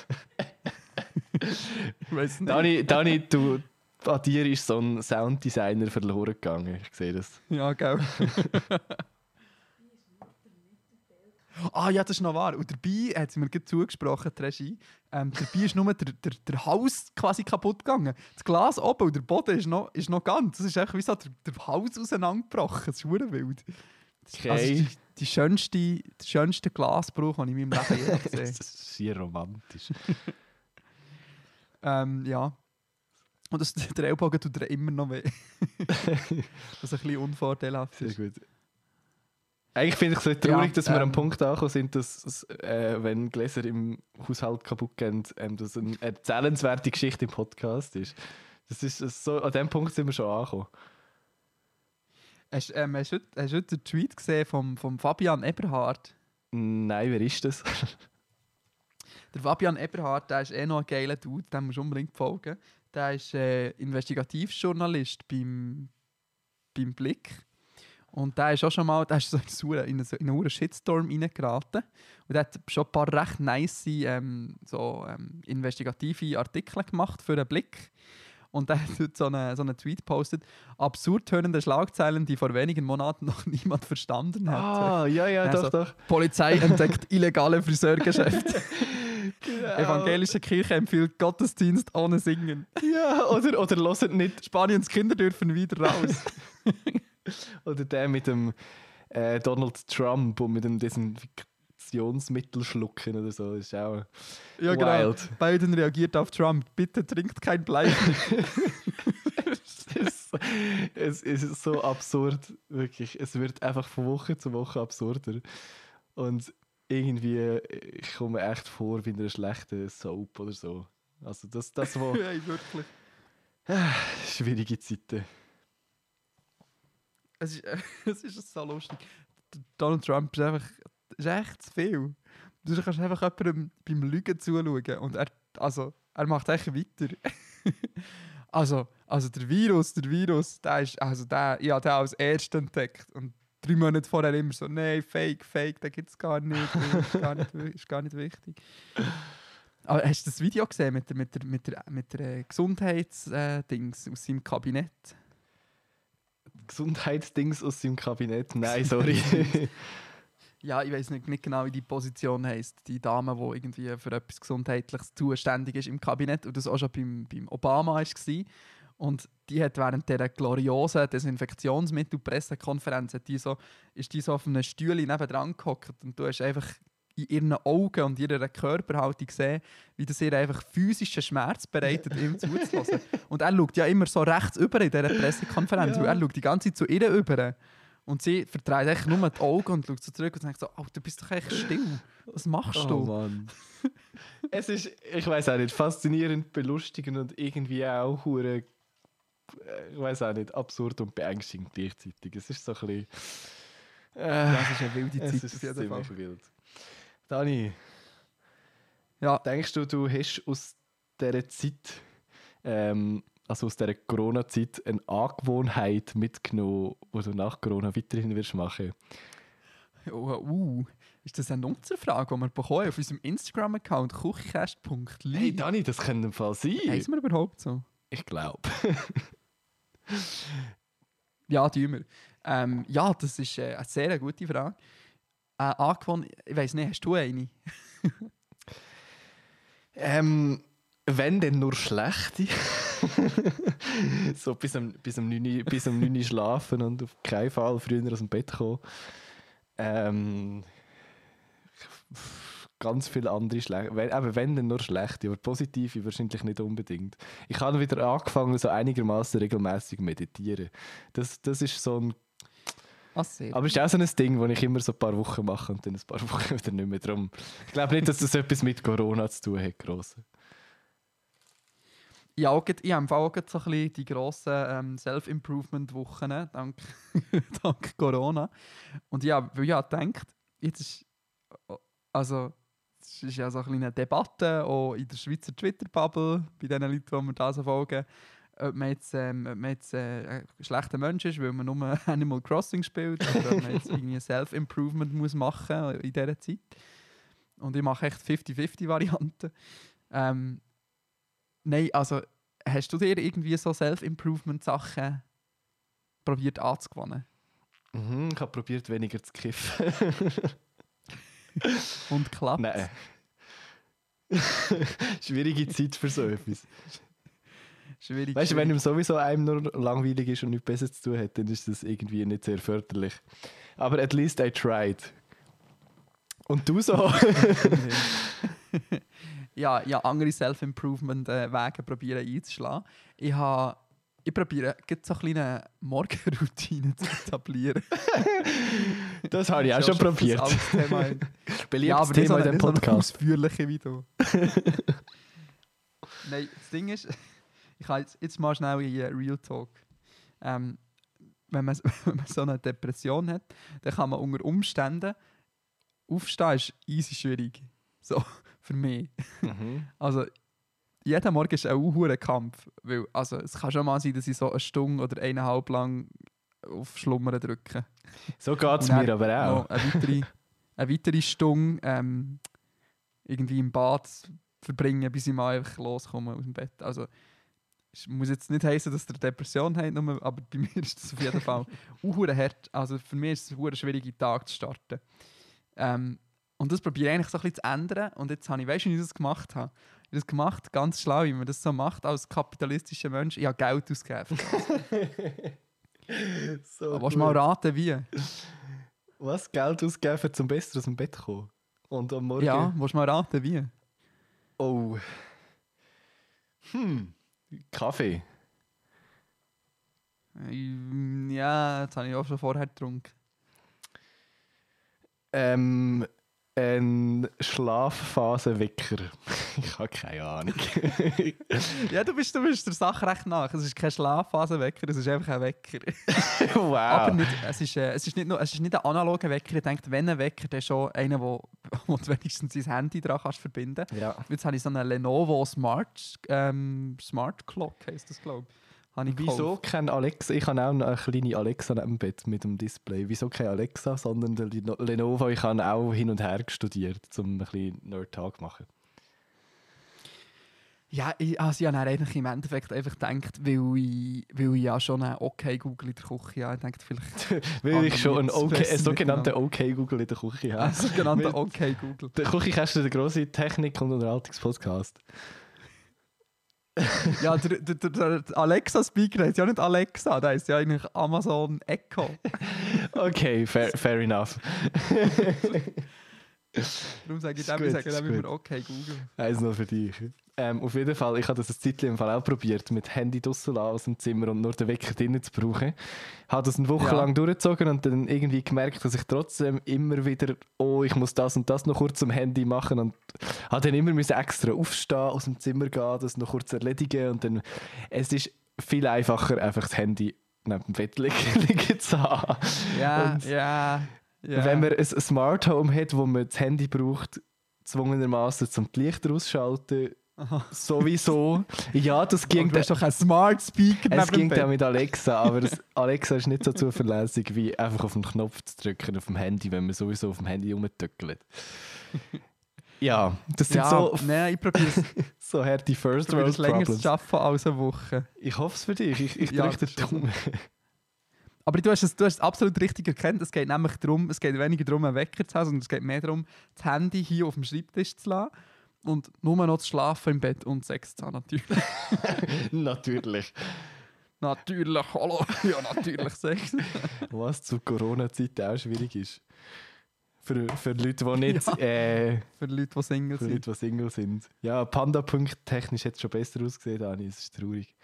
Ich weiss nicht. Dani, Dani, du, an dir ist so ein Sounddesigner verloren gegangen. Ich sehe das. Ja, gell. Ah ja, das ist noch wahr. Und dabei hat sie mir gerade zugesprochen, die Regie. Ähm, dabei ist nur der, der, der Hals quasi kaputt gegangen. Das Glas oben und der Boden ist noch, ist noch ganz. Das ist einfach wie so der, der Hals auseinandergebrochen. Das ist verdammt wild. Das ist, also, Okay. die, die schönste, der schönste Glasbruch, den ich in meinem Leben je Das gesehen habe. ist sehr romantisch. Ähm, ja. Und das, der Ellbogen tut dir immer noch weh. Das ist ein bisschen unvorteilhaft. Sehr Ist. gut. Eigentlich finde ich es so traurig, Ja, dass wir ähm, am Punkt angekommen sind, dass, dass äh, wenn Gläser im Haushalt kaputt gehen, ähm, dass eine erzählenswerte Geschichte im Podcast ist. Das ist das so, an dem Punkt sind wir schon angekommen. Hast, ähm, hast, du, hast du den Tweet gesehen vom, vom Fabian Eberhard? Nein, wer ist das? Der Fabian Eberhard, der ist eh noch ein geiler Dude, dem musst du unbedingt folgen. Der ist äh, Investigativjournalist beim, beim Blick. Und der ist auch schon mal, der ist so in so in einen, in einen Shitstorm reingeraten. Und der hat schon ein paar recht nice ähm, so, ähm, investigative Artikel gemacht für den Blick. Und der hat heute so einen, so einen Tweet gepostet. Absurd tönende Schlagzeilen, die vor wenigen Monaten noch niemand verstanden hat. Ah, ja, ja, Also, doch, doch. Polizei entdeckt illegale Friseurgeschäfte. Genau. Evangelische Kirche empfiehlt Gottesdienst ohne Singen. Ja, oder, oder hört nicht. Spaniens Kinder dürfen wieder raus. Oder der mit dem äh, Donald Trump und mit dem Desinfektionsmittel schlucken oder so. Das ist auch Ja, wild. genau. Biden reagiert auf Trump. Bitte trinkt kein Bleichmittel. es, ist, es ist so absurd, wirklich. Es wird einfach von Woche zu Woche absurder. Und irgendwie, ich komme mir echt vor wie in einer schlechten Soap oder so. Also das, das wo... Ja, wirklich. Schwierige Zeiten. Es ist, es ist so lustig. Donald Trump ist einfach ist echt zu viel. Du kannst einfach jemandem beim Lügen zuschauen und er, also, er macht echt weiter. also, also der Virus, der Virus, der ist, also der, ich habe den als erster entdeckt und drei Monate vorher immer so, nein, Fake, Fake, den gibt es gar nicht, ist gar nicht, ist gar nicht wichtig. Aber hast du das Video gesehen mit der, mit der, mit der, mit der Gesundheitsdings aus seinem Kabinett? Gesundheitsdings aus seinem Kabinett? Nein, sorry. Ja, ich weiß nicht, nicht genau, wie die Position heisst. Die Dame, die irgendwie für etwas Gesundheitliches zuständig ist im Kabinett und das auch schon beim, beim Obama war. Und die hat während dieser gloriosen Desinfektionsmittel-Pressekonferenz die so, ist die so auf einem Stühle nebendran gehockt und du hast einfach in ihren Augen und ihrer Körperhaltung gesehen, wie das ihr einfach physischen Schmerz bereitet, ihm zuzuhören. Und er schaut ja immer so rechts über in dieser Pressekonferenz, ja. Weil er schaut die ganze Zeit zu ihr über. Und sie verdreht echt nur die Augen und schaut so zurück und sagt so, oh, du bist doch echt still. Was machst du? Oh Mann. Es ist, ich weiß auch nicht, faszinierend, belustigend und irgendwie auch hure, ich weiß auch nicht, absurd und beängstigend gleichzeitig. Es ist so ein bisschen... Äh, ja, es ist eine wilde Zeit. Es ist auf jeden ziemlich Fall. wild. Dani, ja. Denkst du, du hast aus dieser Zeit, ähm, also aus dieser Corona-Zeit, eine Angewohnheit mitgenommen, die du nach Corona weiterhin wirst machen? Oh, uh, ist das eine Nutzerfrage, die wir bekommen auf unserem Instagram-Account kuchicast punkt li? Hey Dani, das könnte im Fall sein. Heißt wir überhaupt so? Ich glaube. Ja, tun wir. Ähm, ja, das ist äh, eine sehr gute Frage. Äh, angewohnt, ich weiss nicht, hast du eine? ähm, wenn, dann nur schlechte. So bis am, bis am neun Uhr, bis am neun Uhr schlafen und auf keinen Fall früher aus dem Bett kommen. Ähm, ganz viele andere schlechte. Wenn, aber wenn, dann nur schlechte, aber positive wahrscheinlich nicht unbedingt. Ich habe wieder angefangen, so einigermaßen regelmäßig meditieren. Das, das ist so ein... Ach, sehr. Aber es ist auch so ein Ding, das ich immer so ein paar Wochen mache und dann ein paar Wochen wieder nicht mehr drum. Ich glaube nicht, dass das etwas mit Corona zu tun hat, gross. Ja, auch, ich habe im Fall auch so ein bisschen die grossen ähm, Self-Improvement-Wochen, dank, dank Corona. Und ja, weil ich habe gedacht, jetzt ist, also, es ist ja so ein bisschen eine Debatte, auch in der Schweizer Twitter-Bubble, bei den Leuten, die mir da so folgen, ob man jetzt, ähm, ob man jetzt äh, ein schlechter Mensch ist, weil man nur Animal Crossing spielt, oder ob man jetzt irgendwie Self-Improvement muss machen in dieser Zeit. Und ich mache echt fifty fifty Varianten. Ähm, Nein, also hast du dir irgendwie so Self-Improvement-Sachen probiert anzugewinnen? Mhm, ich habe probiert, weniger zu kiffen. Und klappt? Nein. Schwierige Zeit für so etwas. Schwierig. Weißt du, wenn ihm sowieso einem nur langweilig ist und nichts Besseres zu tun hat, dann ist das irgendwie nicht sehr förderlich. Aber at least I tried. Und du so? Ja, ja, andere Self-Improvement-Wege probieren einzuschlagen. Ich, habe, ich probiere so eine kleine Morgenroutine zu etablieren. Das habe ich auch schon probiert. Beliebtes ja, aber Thema in diesem Podcast. So ausführliche wie du. Nein, das Ding ist, ich kann jetzt, jetzt mal schnell in Real Talk. Ähm, wenn, man, wenn man so eine Depression hat, dann kann man unter Umständen aufstehen, ist easy schwierig. So. Für mich. Mhm. Also, jeden Morgen ist ein hoher Kampf. Weil, also, es kann schon mal sein, dass ich so eine Stunde oder eineinhalb lang auf Schlummern drücke. So geht es mir aber auch. Eine weitere, eine weitere Stunde ähm, irgendwie im Bad verbringen, bis ich mal einfach loskomme aus dem Bett. Also, es muss jetzt nicht heißen, dass ihr Depression habt, aber bei mir ist das auf jeden Fall auch hart. Also, für mich ist es ein schwieriger Tag zu starten. Ähm, Und das probiere ich eigentlich so ein bisschen zu ändern. Und jetzt habe ich, weißt du, wie ich das gemacht habe? Ich habe das gemacht, ganz schlau, wie man das so macht als kapitalistischer Mensch. Ich habe Geld ausgegeben. So willst du mal raten, wie? Was? Geld ausgeben, für zum besser aus dem Bett kommen? Und am Morgen... Ja, willst du mal raten, wie? Oh. Hm. Kaffee. Ähm, Ja, das habe ich auch schon vorher getrunken. Ähm, ein Schlafphasenwecker. Ich habe keine Ahnung. Ja, du bist, du bist der Sache recht nach. Es ist kein Schlafphasenwecker, es ist einfach ein Wecker. Wow. Aber nicht, es, ist, äh, es, ist nicht nur, es ist nicht ein analoger Wecker. Ich denke, wenn ein Wecker, dann schon einer, wo, wo du wenigstens dein Handy dran kannst verbinden. Ja. Jetzt habe ich so einen Lenovo Smart, ähm, Smart Clock, heisst das, glaube ich. Habe ich Wieso gekauft. kein Alexa? Ich habe auch eine kleine Alexa neben dem Bett mit dem Display. Wieso kein Alexa, sondern der Leno- Lenovo? Ich habe auch hin und her studiert, um ein bisschen Nerd-Talk zu machen. Ja, ich, also ich habe dann eigentlich im Endeffekt einfach gedacht, weil ich, weil ich ja schon einen OK-Google in der Küche habe. Ich dachte, vielleicht Weil ich schon einen, Harmoniert OK, es einen sogenannten miteinander. OK-Google in der Küche habe. einen sogenannten Mit- OK-Google. Der Küchenkästchen, der grosse Technik- und Unterhaltungspodcast. Ja, der, der, der, der Alexa-Speaker heisst ja nicht Alexa, der heisst ja eigentlich Amazon Echo. Okay, fair, fair enough. Darum sage ich Ist dem, gut, ich sage ist dem immer gut. OK-Google. Eins noch für dich. Ähm, auf jeden Fall, ich habe das ein Zeitchen im Fall auch probiert, mit Handy draussen lassen aus dem Zimmer und nur den Wecker drinnen zu brauchen. Habe das eine Woche Ja. lang durchgezogen und dann irgendwie gemerkt, dass ich trotzdem immer wieder, oh, ich muss das und das noch kurz am Handy machen und habe dann immer müssen extra aufstehen, aus dem Zimmer gehen, das noch kurz erledigen und dann, es ist viel einfacher, einfach das Handy neben dem Bett liegen, liegen zu haben. Ja, Und ja, ja. Wenn man ein Smart Home hat, wo man das Handy braucht, zwungenermaßen zum die Lichter ausschalten, Aha. sowieso. Ja, das ging, Und du hast doch einen Smart Speaker es neben ging dem auch Bett. mit Alexa, aber das, Alexa ist nicht so zuverlässig wie einfach auf den Knopf zu drücken auf dem Handy, wenn man sowieso auf dem Handy rumtöckelt. Ja, das sind Ja, so, nein, ich probiere es so harte First World länger zu Problems. arbeiten als eine Woche. Ich hoffe es für dich, ich, ich Ja, drücke das den ist schon Daumen. Aber du hast, es, du hast es absolut richtig erkannt. Es geht nämlich darum, es geht weniger darum, einen Wecker zu haben, sondern es geht mehr darum, das Handy hier auf dem Schreibtisch zu lassen und nur noch zu schlafen im Bett und Sex zu haben, natürlich. Natürlich. Natürlich, hallo. Ja, natürlich Sex. Was zu Corona-Zeiten auch schwierig ist. Für, für Leute, die nicht... Ja. Äh, Für die Leute, die Single Für sind. Leute, die Single sind. Ja, Panda-Punkt technisch hätte es schon besser ausgesehen, Dani. Es ist traurig.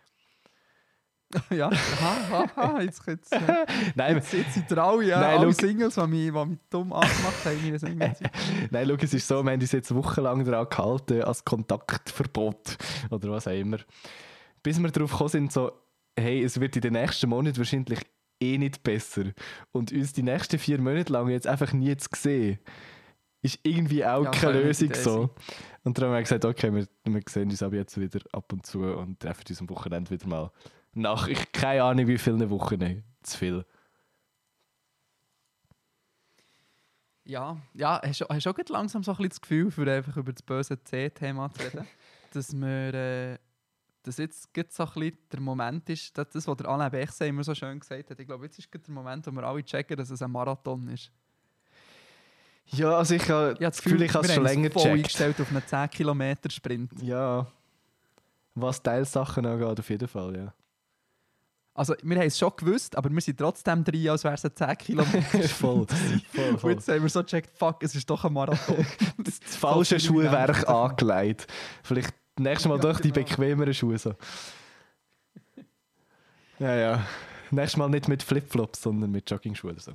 Ja, ha, ha, ha, jetzt jetzt, äh, Nein, jetzt, jetzt sind alle, ja, Nein, alle schau. Singles, die mich, die mich dumm angemacht haben in ihrer Singlezeit. nein, schau, es ist so, wir haben uns jetzt wochenlang daran gehalten, als Kontaktverbot oder was auch immer. Bis wir darauf gekommen sind, so, hey, es wird in den nächsten Monaten wahrscheinlich eh nicht besser. Und uns die nächsten vier Monate lang jetzt einfach nie zu sehen, ist irgendwie auch Ja, keine kann ja nicht Lösung die Idee so. Und darum haben wir gesagt, okay, wir, wir sehen uns aber jetzt wieder ab und zu und treffen uns am Wochenende wieder mal. Nach, ich keine Ahnung wie viele Wochen, nee, zu viel. Ja, ja, hast du hast du auch gerade langsam so ein bisschen das Gefühl, für einfach über das böse C-Thema zu reden, dass wir, äh, dass jetzt gerade so ein bisschen der Moment ist, dass das, was der Alain Bechse immer so schön gesagt hat, ich glaube, jetzt ist gerade der Moment, wo wir alle checken, dass es ein Marathon ist. Ja, also ich habe Ja, das Gefühl, ich habe es wir schon haben uns länger voll gecheckt. eingestellt auf einen zehn Kilometer Sprint. Ja, was Teilsachen angeht, auf jeden Fall, ja. Also, wir haben es schon gewusst, aber wir sind trotzdem drin, als wäre es ein zehn Kilometer. voll, voll, Und voll. jetzt haben wir so gecheckt, fuck, es ist doch ein Marathon. Das, das falsche viele Schuhwerk denken davon. angelegt. Vielleicht nächstes Mal Ja, doch die genau. bequemeren Schuhe. So. Ja, ja. Nächstes Mal nicht mit Flipflops, sondern mit Joggingschuhen oder so.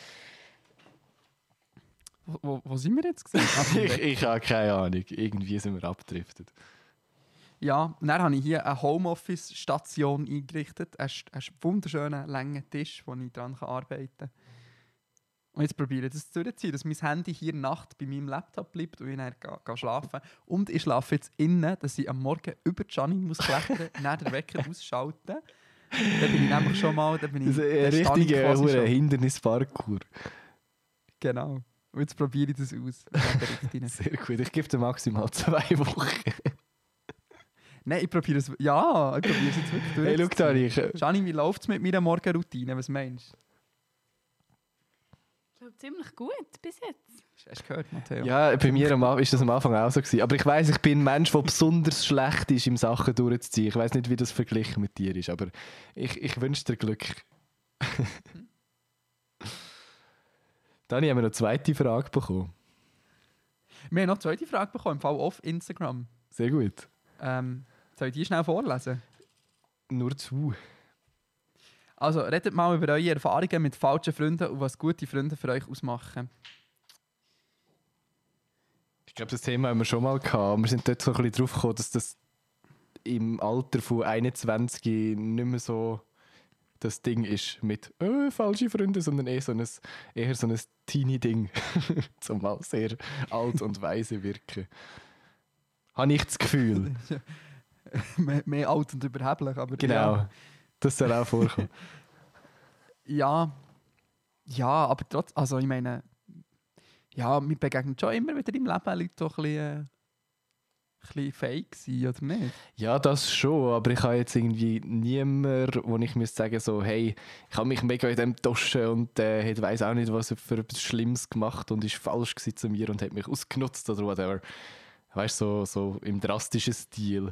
Wo, wo, wo sind wir jetzt gesehen? ich ich habe keine Ahnung. Irgendwie sind wir abgedriftet. Ja, und dann habe ich hier eine Homeoffice-Station eingerichtet. Einen, einen wunderschönen, langen Tisch, wo ich daran arbeiten kann. Und jetzt probiere ich das durchzuziehen, dass mein Handy hier Nacht bei meinem Laptop bleibt und ich dann gehe, gehe schlafen. Und ich schlafe jetzt innen, dass ich am Morgen über die Janine muss klettern, dann den Wecker ausschalten. Dann bin ich nämlich schon mal... Dann bin ich, Das ist eine dann stehe ich richtige quasi hure schon. Hindernis-Parkour. Genau. Und jetzt probiere ich das aus. Und dann berichte ich Ihnen. Sehr gut. Ich gebe dir maximal zwei Wochen. Nein, ich probiere es... Ja, ich probiere es jetzt wirklich Hey, schau da, durchzuziehen. ich, Janine, wie läuft es mit meiner Morgenroutine? Was meinst du? Ich glaube, ziemlich gut bis jetzt. Hast du gehört, Matteo? ja, bei mir war das am Anfang auch so gewesen. Aber ich weiss, ich bin ein Mensch, der besonders schlecht ist, im Sachen durchzuziehen. Ich weiss nicht, wie das verglichen mit dir ist, aber ich, ich wünsche dir Glück. Dani, haben wir noch eine zweite Frage bekommen. Wir haben noch eine zweite Frage bekommen, im Fall auf Instagram. Sehr gut. Ähm, soll ich die schnell vorlesen? Nur zu. Also, redet mal über eure Erfahrungen mit falschen Freunden und was gute Freunde für euch ausmachen. Ich glaube, das Thema haben wir schon mal gehabt. Wir sind dort so ein bisschen drauf gekommen, dass das im Alter von einundzwanzig nicht mehr so das Ding ist mit äh, falsche Freunde, sondern eher so ein, eher so ein Teenie-Ding. Zum mal sehr alt und weise wirken. Habe ich das Gefühl. mehr, mehr alt und überheblich, aber Genau. Ja. Das soll auch vorkommen. Ja, ja, aber trotzdem, also ich meine, ja, mir begegnen schon immer wieder im Leben Leute, die ein bisschen, äh, ein bisschen fake sind, oder nicht? Ja, das schon, aber ich habe jetzt irgendwie niemanden, wo ich müsste sagen so, hey, ich habe mich mega in dem Taschen und äh, hat weiss auch nicht, was er für etwas Schlimmes gemacht und ist falsch gewesen zu mir und hat mich ausgenutzt oder whatever. Weißt du, so, so im drastischen Stil.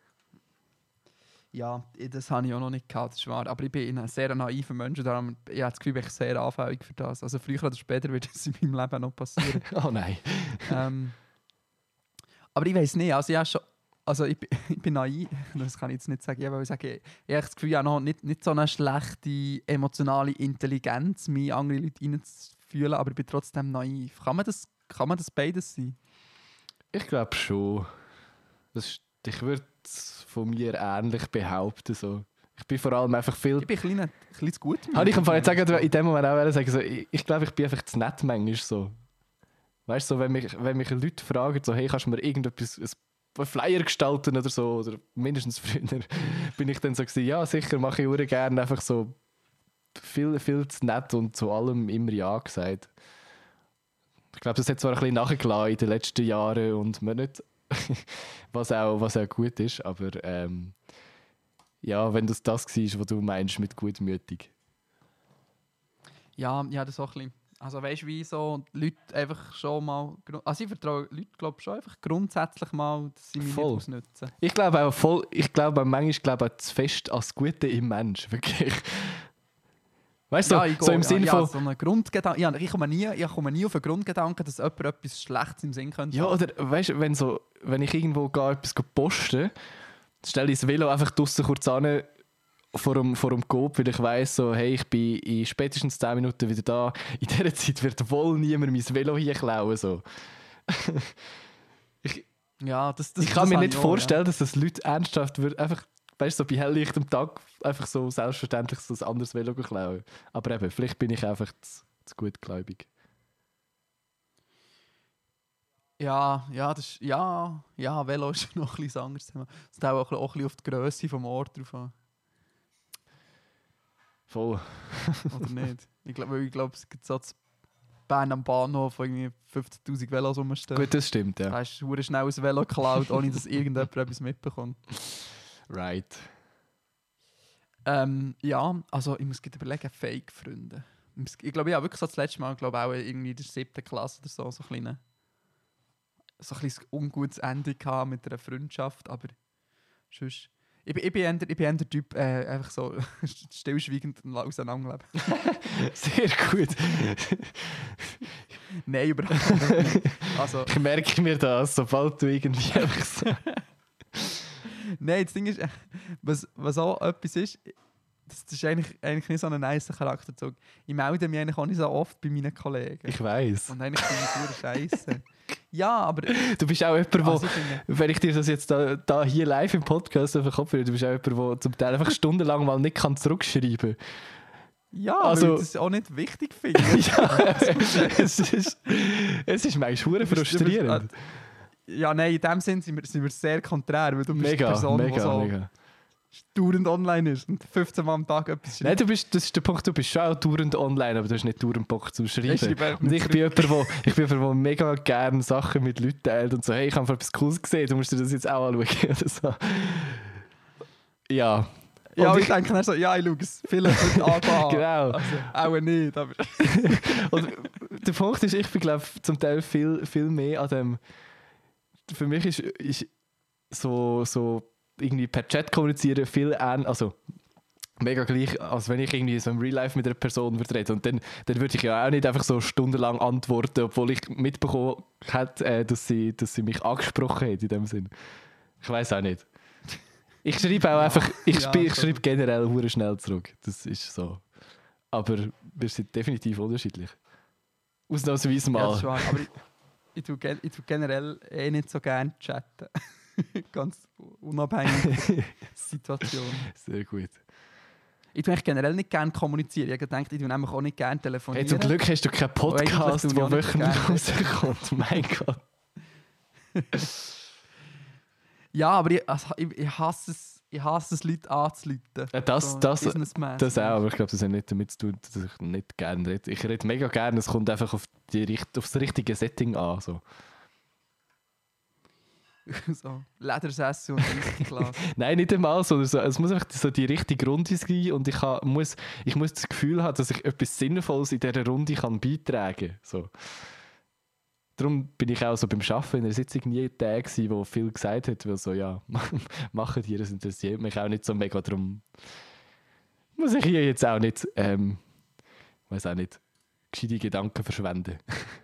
Ja, das habe ich auch noch nicht gehabt, das ist wahr. Aber ich bin ein sehr naiver Mensch und darum, ich habe das Gefühl, ich bin sehr anfällig für das. Also früher oder später wird das in meinem Leben noch passieren. Oh nein. ähm, aber ich weiß nicht, also ich habe schon, also ich, bin- ich bin naiv, das kann ich jetzt nicht sagen, ich will sagen, ich habe das Gefühl, ich habe noch nicht, nicht so eine schlechte emotionale Intelligenz, mich in andere Leute reinzufühlen, aber ich bin trotzdem naiv. Kann man das, kann man das beides sein? Ich glaube schon. Das ist, ich würde es von mir ähnlich behaupten. So. Ich bin vor allem einfach viel... Ich bin ein kleiner, ein kleines gut. Habe ich am Fall jetzt sagen, in dem Moment auch sagen, so, ich, ich glaube, ich bin einfach zu nett manchmal so. Weißt du, so, wenn mich, wenn mich Leute fragen, so, hey, kannst du mir irgendetwas, ein Flyer gestalten oder so, oder mindestens früher, bin ich dann so gewesen, ja, sicher, mache ich auch gerne, einfach so viel, viel zu nett und zu allem immer Ja gesagt. Ich glaube, das hat zwar ein bisschen nachgelassen in den letzten Jahren und Monaten, was auch, was auch gut ist, aber ähm, ja, wenn das das war, was du meinst mit gutmütig. Ja, ja, das auch ein bisschen. Also weißt du, wie so Leute einfach schon mal... gru- Also ich vertraue Leute, glaube schon einfach grundsätzlich mal, dass sie mich Voll. nicht ausnutzen. Ich glaube auch voll, ich glaube auch manchmal glaube auch zu fest als Gute im Mensch, wirklich. Weißt du, Ja, so, ich so gehe- im ja, Sinn ja, von... so einen Grundgedanken. Ja, ich, komme nie, ich komme nie auf einen Grundgedanken, dass jemand etwas Schlechtes im Sinn könnte. Ja, haben. oder weißt du, wenn, so, wenn ich irgendwo gehe, etwas posten, stelle ich das Velo einfach draussen kurz an vor dem, vor dem Coop, weil ich weiss, so, hey, ich bin in spätestens zehn Minuten wieder da. In dieser Zeit wird wohl niemand mein Velo hier klauen. So. ich Ja, das, das, ich kann das mir habe nicht ich auch, vorstellen, dass das Leute ernsthaft würden, einfach, weißt du, so bei helllichtem Tag einfach so selbstverständlich so ein anderes Velo klauen. Aber eben, vielleicht bin ich einfach zu, zu gutgläubig. Ja, ja, das ist, ja, ja, Velo ist noch ein bisschen anderes Thema. Es kommt auch, auch ein bisschen auf die Grösse des Ortes drauf an. Voll. Oder nicht? Ich glaube, ich glaub, es gibt so zu Bern am Bahnhof, wo irgendwie fünfzigtausend Velos rumstehen. Gut, das stimmt, Da ja. hast du verdammt schnell ein Velo geklaut, ohne dass irgendjemand etwas mitbekommt. Right. Ähm, ja, also ich muss gerade überlegen, Fake-Freunde. Ich muss- Ich glaube, ich habe wirklich so das letzte Mal, glaube auch irgendwie in der siebten Klasse oder so, so ein kleines, so ein kleines ungutes Ende gehabt mit einer Freundschaft, aber sonst... Ich bin, ich bin eher, ich bin eher der Typ, äh, einfach so stillschweigend und auseinanderleben. Sehr gut. Nein, überhaupt nicht. Also, Ich merke mir das, sobald du irgendwie einfach so... nein, das Ding ist, äh, was, was auch etwas ist, das, das ist eigentlich, eigentlich nicht so ein nice Charakterzug. Ich melde mich eigentlich auch nicht so oft bei meinen Kollegen. Ich weiss. Und eigentlich finde ich es scheiße. Ja, aber... Du bist auch jemand, wo, Also ich finde, wenn ich dir das jetzt da, da hier live im Podcast auf den Kopf höre, du bist auch jemand, der zum Teil einfach stundenlang mal nicht kann zurückschreiben ja, also- weil ich das auch nicht wichtig finde. kann. Ja, es ist, es ist manchmal verdammt Du bist- du bist- frustrierend. Ja, nein, in dem Sinn sind wir, sind wir sehr konträr, weil du bist die Mega, Person, die mega, so mega. dauernd online ist und fünfzehn Mal am Tag etwas Nein, schreibt. du bist, das ist der Punkt, du bist schon auch dauernd online, aber du hast nicht dauernd Bock zum Ich Schreiben. schreibe einfach Und nicht ich bin jemand, wo, ich bin jemand, der mega gerne Sachen mit Leuten teilt und so, hey, ich habe etwas Cooles gesehen, du musst dir das jetzt auch anschauen. Oder so. Ja. Ja, Und aber ich- ich denke dann so, ja, ich schaue es vielleicht nicht an. Genau. Also, auch nicht, aber... Und der Punkt ist, ich bin glaube zum Teil viel, viel mehr an dem. Für mich ist, ist so, so irgendwie per Chat kommunizieren viel ähnlich. Also mega gleich, als wenn ich irgendwie so im Real Life mit einer Person rede. Und dann, dann würde ich ja auch nicht einfach so stundenlang antworten, obwohl ich mitbekommen hätte, äh, dass, sie, dass sie mich angesprochen hat in dem Sinn. Ich weiß auch nicht. Ich schreibe auch einfach, ich, Ja, spiel, ich so. schreibe generell hure schnell zurück. Das ist so. Aber wir sind definitiv unterschiedlich. Ausnahmsweise Ja, das mal. ist wahr. Aber ich, ich, tue, gen- ich tue generell eh nicht so gerne chatten. Ganz unabhängig von der Situation. Sehr gut. Ich tue eigentlich generell nicht gerne kommunizieren. Ich habe gedacht, ich tue nämlich auch nicht gerne telefonieren. Hey, zum Glück hast du keinen Podcast, eigentlich der tue ich auch nicht wöchentlich gerne. rauskommt. Mein Gott. Ja, aber ich, also, ich, ich, hasse es, ich hasse es, Leute anzuleiten. Ja, das- So das- businessmässig. Das auch, aber ich glaube, das hat nicht damit zu tun, dass ich nicht gerne rede. Ich rede mega gerne, es kommt einfach auf, die, Richt- auf das richtige Setting an. So. so, Ledersessel und Whisky-Glas. Nein, nicht einmal so. so. Es muss einfach so die richtige Runde sein und ich, ha, muss, ich muss das Gefühl haben, dass ich etwas Sinnvolles in dieser Runde kann beitragen kann. So. Darum bin ich auch so beim Arbeiten in einer Sitzung nie der gewesen, der viel gesagt hat, weil so, ja, machen die, das interessiert mich auch nicht so mega. Darum muss ich hier jetzt auch nicht, ähm, weiß auch nicht, gescheite Gedanken verschwenden.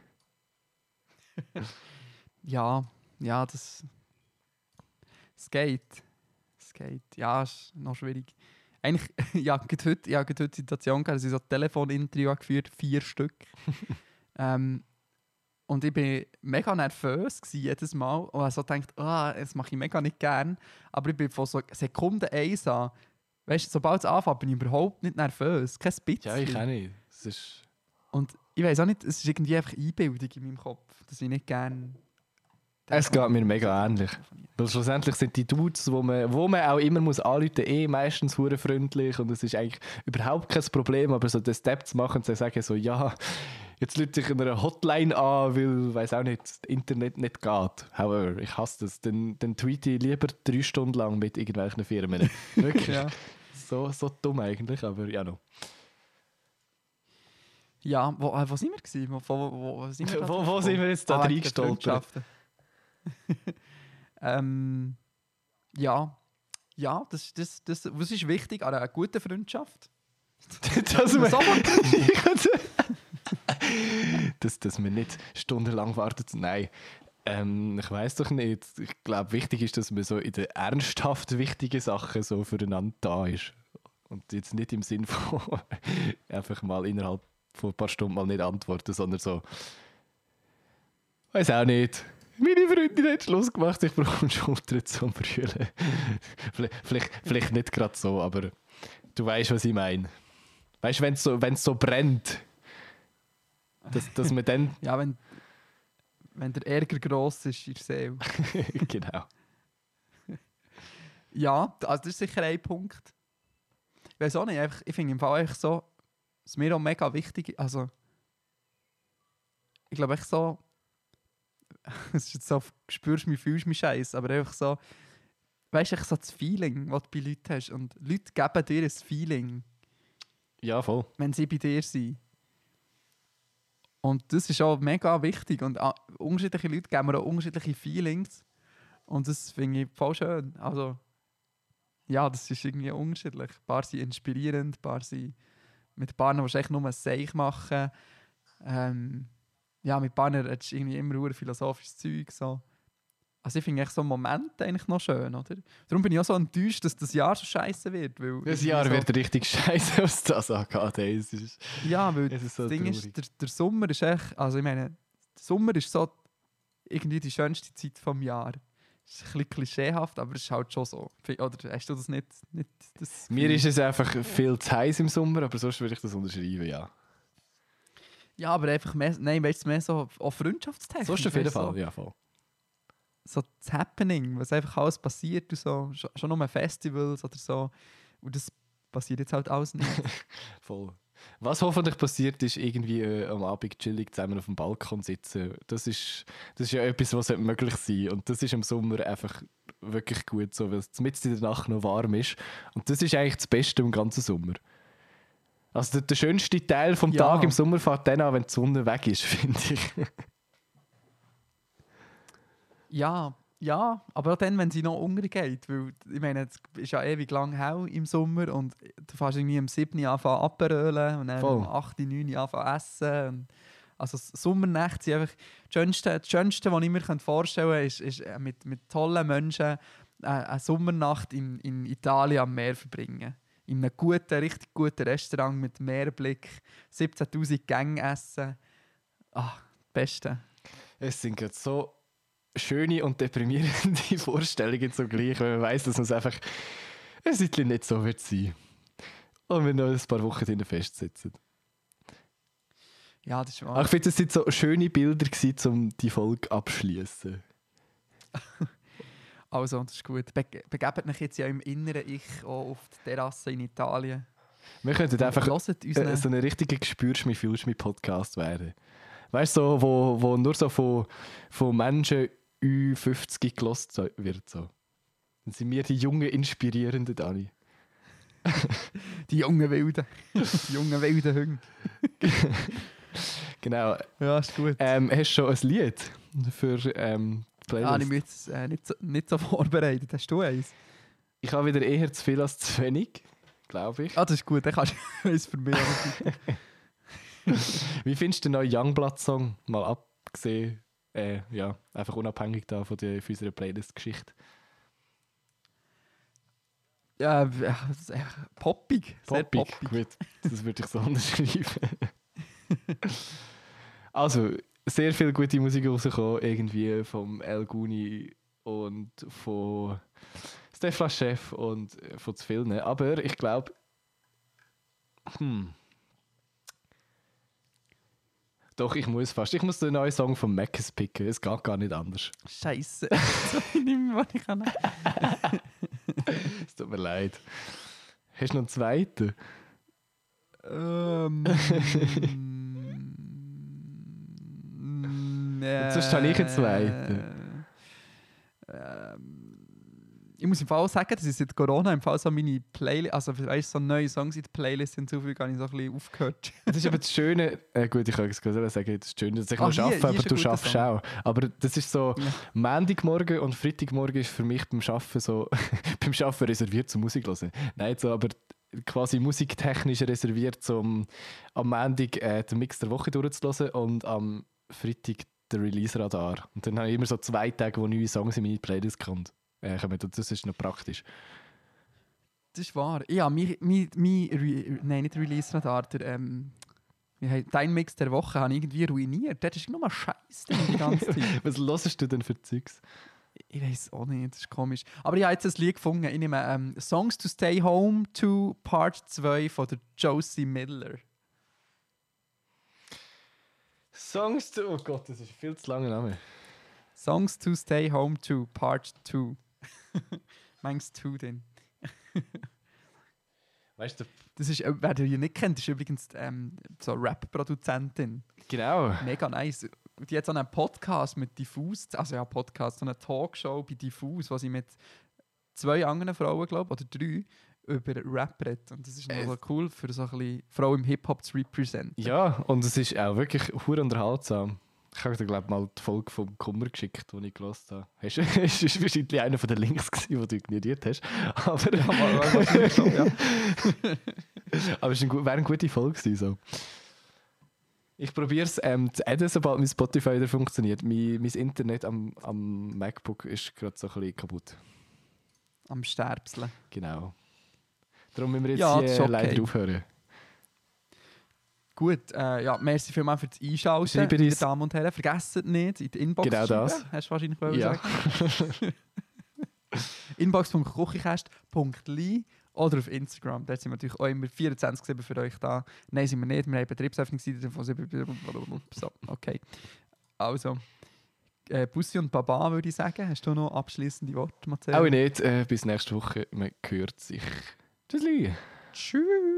Ja, ja, das. Es geht. Es geht. Ja, ist noch schwierig. Eigentlich, ja, gerade heute, ja, gerade heute die Situation gehabt, dass ich so ein Telefoninterview geführt, vier Stück. ähm, und ich war mega nervös gewesen, jedes Mal. Und ich so gedacht, ah, das mache ich mega nicht gern. Aber ich bin von so Sekunde eins an, weißt du, sobald es anfängt, bin ich überhaupt nicht nervös. Kein bisschen. Ja, ich auch nicht. Es ist Und ich weiß auch nicht, es ist irgendwie einfach Einbildung in meinem Kopf, dass ich nicht gerne. Es geht mir mega ähnlich. Weil schlussendlich sind die Dudes, wo man, wo man auch immer muss anrufen muss, eh meistens hure freundlich und es ist eigentlich überhaupt kein Problem, aber so den Step zu machen und zu sagen so, ja, jetzt rufe ich in einer Hotline an, weil, weiß auch nicht, das Internet nicht geht. However, ich hasse das. Dann, dann tweete ich lieber drei Stunden lang mit irgendwelchen Firmen. Wirklich. Ja. So, so dumm eigentlich, aber ja noch. Ja, wo, äh, wo sind wir gewesen? Wo, wo, wo, wo sind wir da Wo, drauf wo sind wir jetzt da gekommen? Ah, wegen reingestolpert? Freundschaften. ähm, ja, ja, das, das, das, was ist wichtig an einer guten Freundschaft? dass, wir, Sofort. dass, dass wir nicht stundenlang warten. Nein, ähm, ich weiß doch nicht. Ich glaube, wichtig ist, dass man so in den ernsthaft wichtigen Sachen so füreinander da ist. Und jetzt nicht im Sinn von einfach mal innerhalb von ein paar Stunden mal nicht antworten, sondern so, weiß auch nicht. Meine Freundin hat Schluss gemacht, ich brauche eine Schulter zum Brüllen. vielleicht, vielleicht, vielleicht nicht gerade so, aber du weißt, was ich meine. Weißt du, wenn es so, wenn's so brennt, dass, dass man dann. Ja, wenn, wenn der Ärger gross ist in der Seele. Genau. Ja, also das ist sicher ein Punkt. Ich weiß auch nicht, einfach, ich finde im Fall einfach so, was mir auch mega wichtig ist, also ich glaube echt so, es ist jetzt so, spürst mich, fühlst mich scheiße, aber einfach so, weißt du, so das Feeling, das du bei Leuten hast und Leute geben dir ein Feeling, Ja, voll. wenn sie bei dir sind. Und das ist auch mega wichtig und ah, unterschiedliche Leute geben mir auch unterschiedliche Feelings und das finde ich voll schön. Also ja, das ist irgendwie unterschiedlich. Ein paar sind inspirierend, ein paar sind mit Partnern, die echt nur ein Seich machen. Ähm, ja, mit Partnern redest du irgendwie immer nur philosophisches Zeug. So. Also ich finde echt so Momente eigentlich noch schön, oder? Darum bin ich auch so enttäuscht, dass das Jahr so scheiße wird. Weil Das irgendwie Jahr so, wird richtig scheiße, was das angeht. Hey, es ist, Ja, weil es ist so das Ding traurig. ist, der, der Sommer ist echt, also ich meine, der Sommer ist so irgendwie die schönste Zeit vom Jahr. Das ist ein bisschen klischeehaft, aber es ist halt schon so. Oder hast du das nicht? nicht das Mir ist es einfach viel zu heiß im Sommer, aber sonst würde ich das unterschreiben, ja. Ja, aber einfach mehr, nein, weißt du, mehr so auch Freundschaftstechnisch. Sonst auf jeden weißt du, Fall, so, ja, voll. so das Happening, was einfach alles passiert und so, schon, schon nur Festivals oder so. Und das passiert jetzt halt alles nicht. Voll. Was hoffentlich passiert, ist irgendwie äh, am Abend chillig zusammen auf dem Balkon sitzen. Das ist, das ist ja etwas, was möglich sein sollte. Und das ist im Sommer einfach wirklich gut so, weil es mitten in der Nacht noch warm ist. Und das ist eigentlich das Beste im ganzen Sommer. Also der, der schönste Teil vom Ja. Tag im Sommer fängt dann an, wenn die Sonne weg ist, finde ich. Ja, Ja, aber auch dann, wenn sie noch untergeht, weil ich meine, es ist ja ewig lang hell im Sommer und du fährst irgendwie um sieben Uhr anfangen abzurölen und dann Voll. um acht, neun Uhr anfangen essen. Und also Sommernächte sind einfach das Schönste, das Schönste, was ich mir vorstellen kann, ist, ist äh, mit, mit tollen Menschen äh, eine Sommernacht in, in Italien am Meer verbringen. In einem guten, richtig guten Restaurant mit Meerblick, siebzehntausend Gänge essen. Ah, das Beste. Es sind gerade so schöne und deprimierende Vorstellungen zugleich, wenn man weiss, dass man es einfach ein Zeitchen nicht so wird sein. Und wir noch ein paar Wochen drinnen festsitzen. Ja, das ist wahr. Aber ich finde, es sind so schöne Bilder gewesen, um die Folge abschließen. Also, das ist gut. Be begebt euch jetzt ja im inneren Ich auch auf die Terrasse in Italien. Wir könnten einfach Hört unseren- äh, so eine richtige «Gespürst mich, fühlst mich» Podcast werden. Weißt du, so, wo, wo nur so von, von Menschen Ü fünfzig gelost wird. So. Dann sind wir die jungen, inspirierenden Dani. Die jungen Wilden. Die jungen wilden Hunde. Genau. Ja, ist gut. Ähm, hast du schon ein Lied für ähm, die Playlist? Ah, ich bin jetzt äh, nicht, so, nicht so vorbereitet. Hast du eins? Ich habe wieder eher zu viel als zu wenig, glaube ich. Ah, das ist gut. Dann kannst du eins für mich anbieten. Wie findest du den neuen Youngblood-Song? Mal abgesehen, äh, ja, einfach unabhängig da von, der, von unserer Playlist-Geschichte. Ja, äh, äh, poppig. Sehr Poppig, poppig. gut. Das würde ich so unterschreiben. Also, sehr viel gute Musik rausgekommen, irgendwie vom El Guni und von Stefan Chef und von zu vielen. Aber ich glaube, hm. Doch, ich muss fast. Ich muss den neuen Song von Mackes picken. Es geht gar nicht anders. Scheiße. So, ich nicht mehr, was ich kann. Es tut mir leid. Hast du noch einen zweiten? Ähm. Und sonst habe ich einen zweiten. Ähm, ich muss im Fall auch sagen, dass ich seit Corona im Fall so meine Playlist, also weißt, so neue Songs in die Playlist hinzufügen, habe ich so ein bisschen aufgehört. Das ist aber das Schöne, äh gut, ich kann es gerade sagen, das ist schön, dass ich Ah, noch hier- arbeite, hier aber ist ein du guter schaffst Song. auch. Aber das ist so, Ja. Montagmorgen und Freitagmorgen ist für mich beim Arbeiten so, beim Arbeiten reserviert zum Musik hören. Nein, so, aber quasi musiktechnisch reserviert, um am Montag äh, den Mix der Woche durchzuhören und am Freitag den Release-Radar. Und dann habe ich immer so zwei Tage, wo neue Songs in meine Playlist kommen. Äh, kommen. Und das ist noch praktisch. Das ist wahr. Ja, mein, mein, mein Re nein, nicht Release-Radar, der, ähm, wie heisst- dein Mix der Woche habe ich irgendwie ruiniert. Das ist nur mal Scheiße die ganze Zeit. Was hörst du denn für Zeugs? Ich weiß auch nicht, das ist komisch. Aber ich habe jetzt ein Lied gefunden. Ich nehme ähm, Songs to Stay Home to Part zwei von der Josie Midler. Songs to... Oh Gott, das ist ein viel zu langer Name. Songs to Stay Home to Part zwei. Meinst du denn? Weißt du, Das ist, äh, wer die nicht kennt, ist übrigens ähm, so Rap-Produzentin. genau. Mega nice. Die hat so einen Podcast mit Diffus, also ja, Podcast, so eine Talkshow bei Diffus, wo sie mit zwei anderen Frauen, glaube oder drei, über Rap redet. Und das ist noch Äh. so cool, für so ein bisschen Frau im Hip-Hop zu representen. Ja, und es ist auch wirklich hure unterhaltsam. Ich habe dir, glaube ich, mal die Folge vom Kummer geschickt, die ich gelesen habe. Hast du- Es war wahrscheinlich einer von den Links, gewesen, den du ignoriert hast. Aber, Ja, wa- wa- wahrscheinlich schon, ja. aber es war ein gu- wäre eine gute Folge gewesen, so. Ich probiere es ähm, zu adden, sobald mein Spotify wieder funktioniert. Mein, mein Internet am, am MacBook ist gerade so ein bisschen kaputt. Am Sterbseln. Genau. Darum müssen wir jetzt Ja, das ist hier okay. leider aufhören. Gut, äh, ja, merci vielmals fürs Einschalten, Schreibt meine uns- Damen und Herren. Vergesst nicht, in die Inbox Genau zu schreiben. das. Hast du wahrscheinlich wollen Ja. sagen. inbox punkt kuchikast punkt li oder auf Instagram. Dort sind wir natürlich auch immer vierundzwanzig sieben für euch da. Nein, sind wir nicht. Wir haben Betriebsöffnungszeiten von sieben. So, okay. Also, äh, Bussi und Baba würde ich sagen. Hast du noch abschließende Worte, Marcel? Auch nicht. Äh, bis nächste Woche. Man hört sich. Tschüss. Tschüss.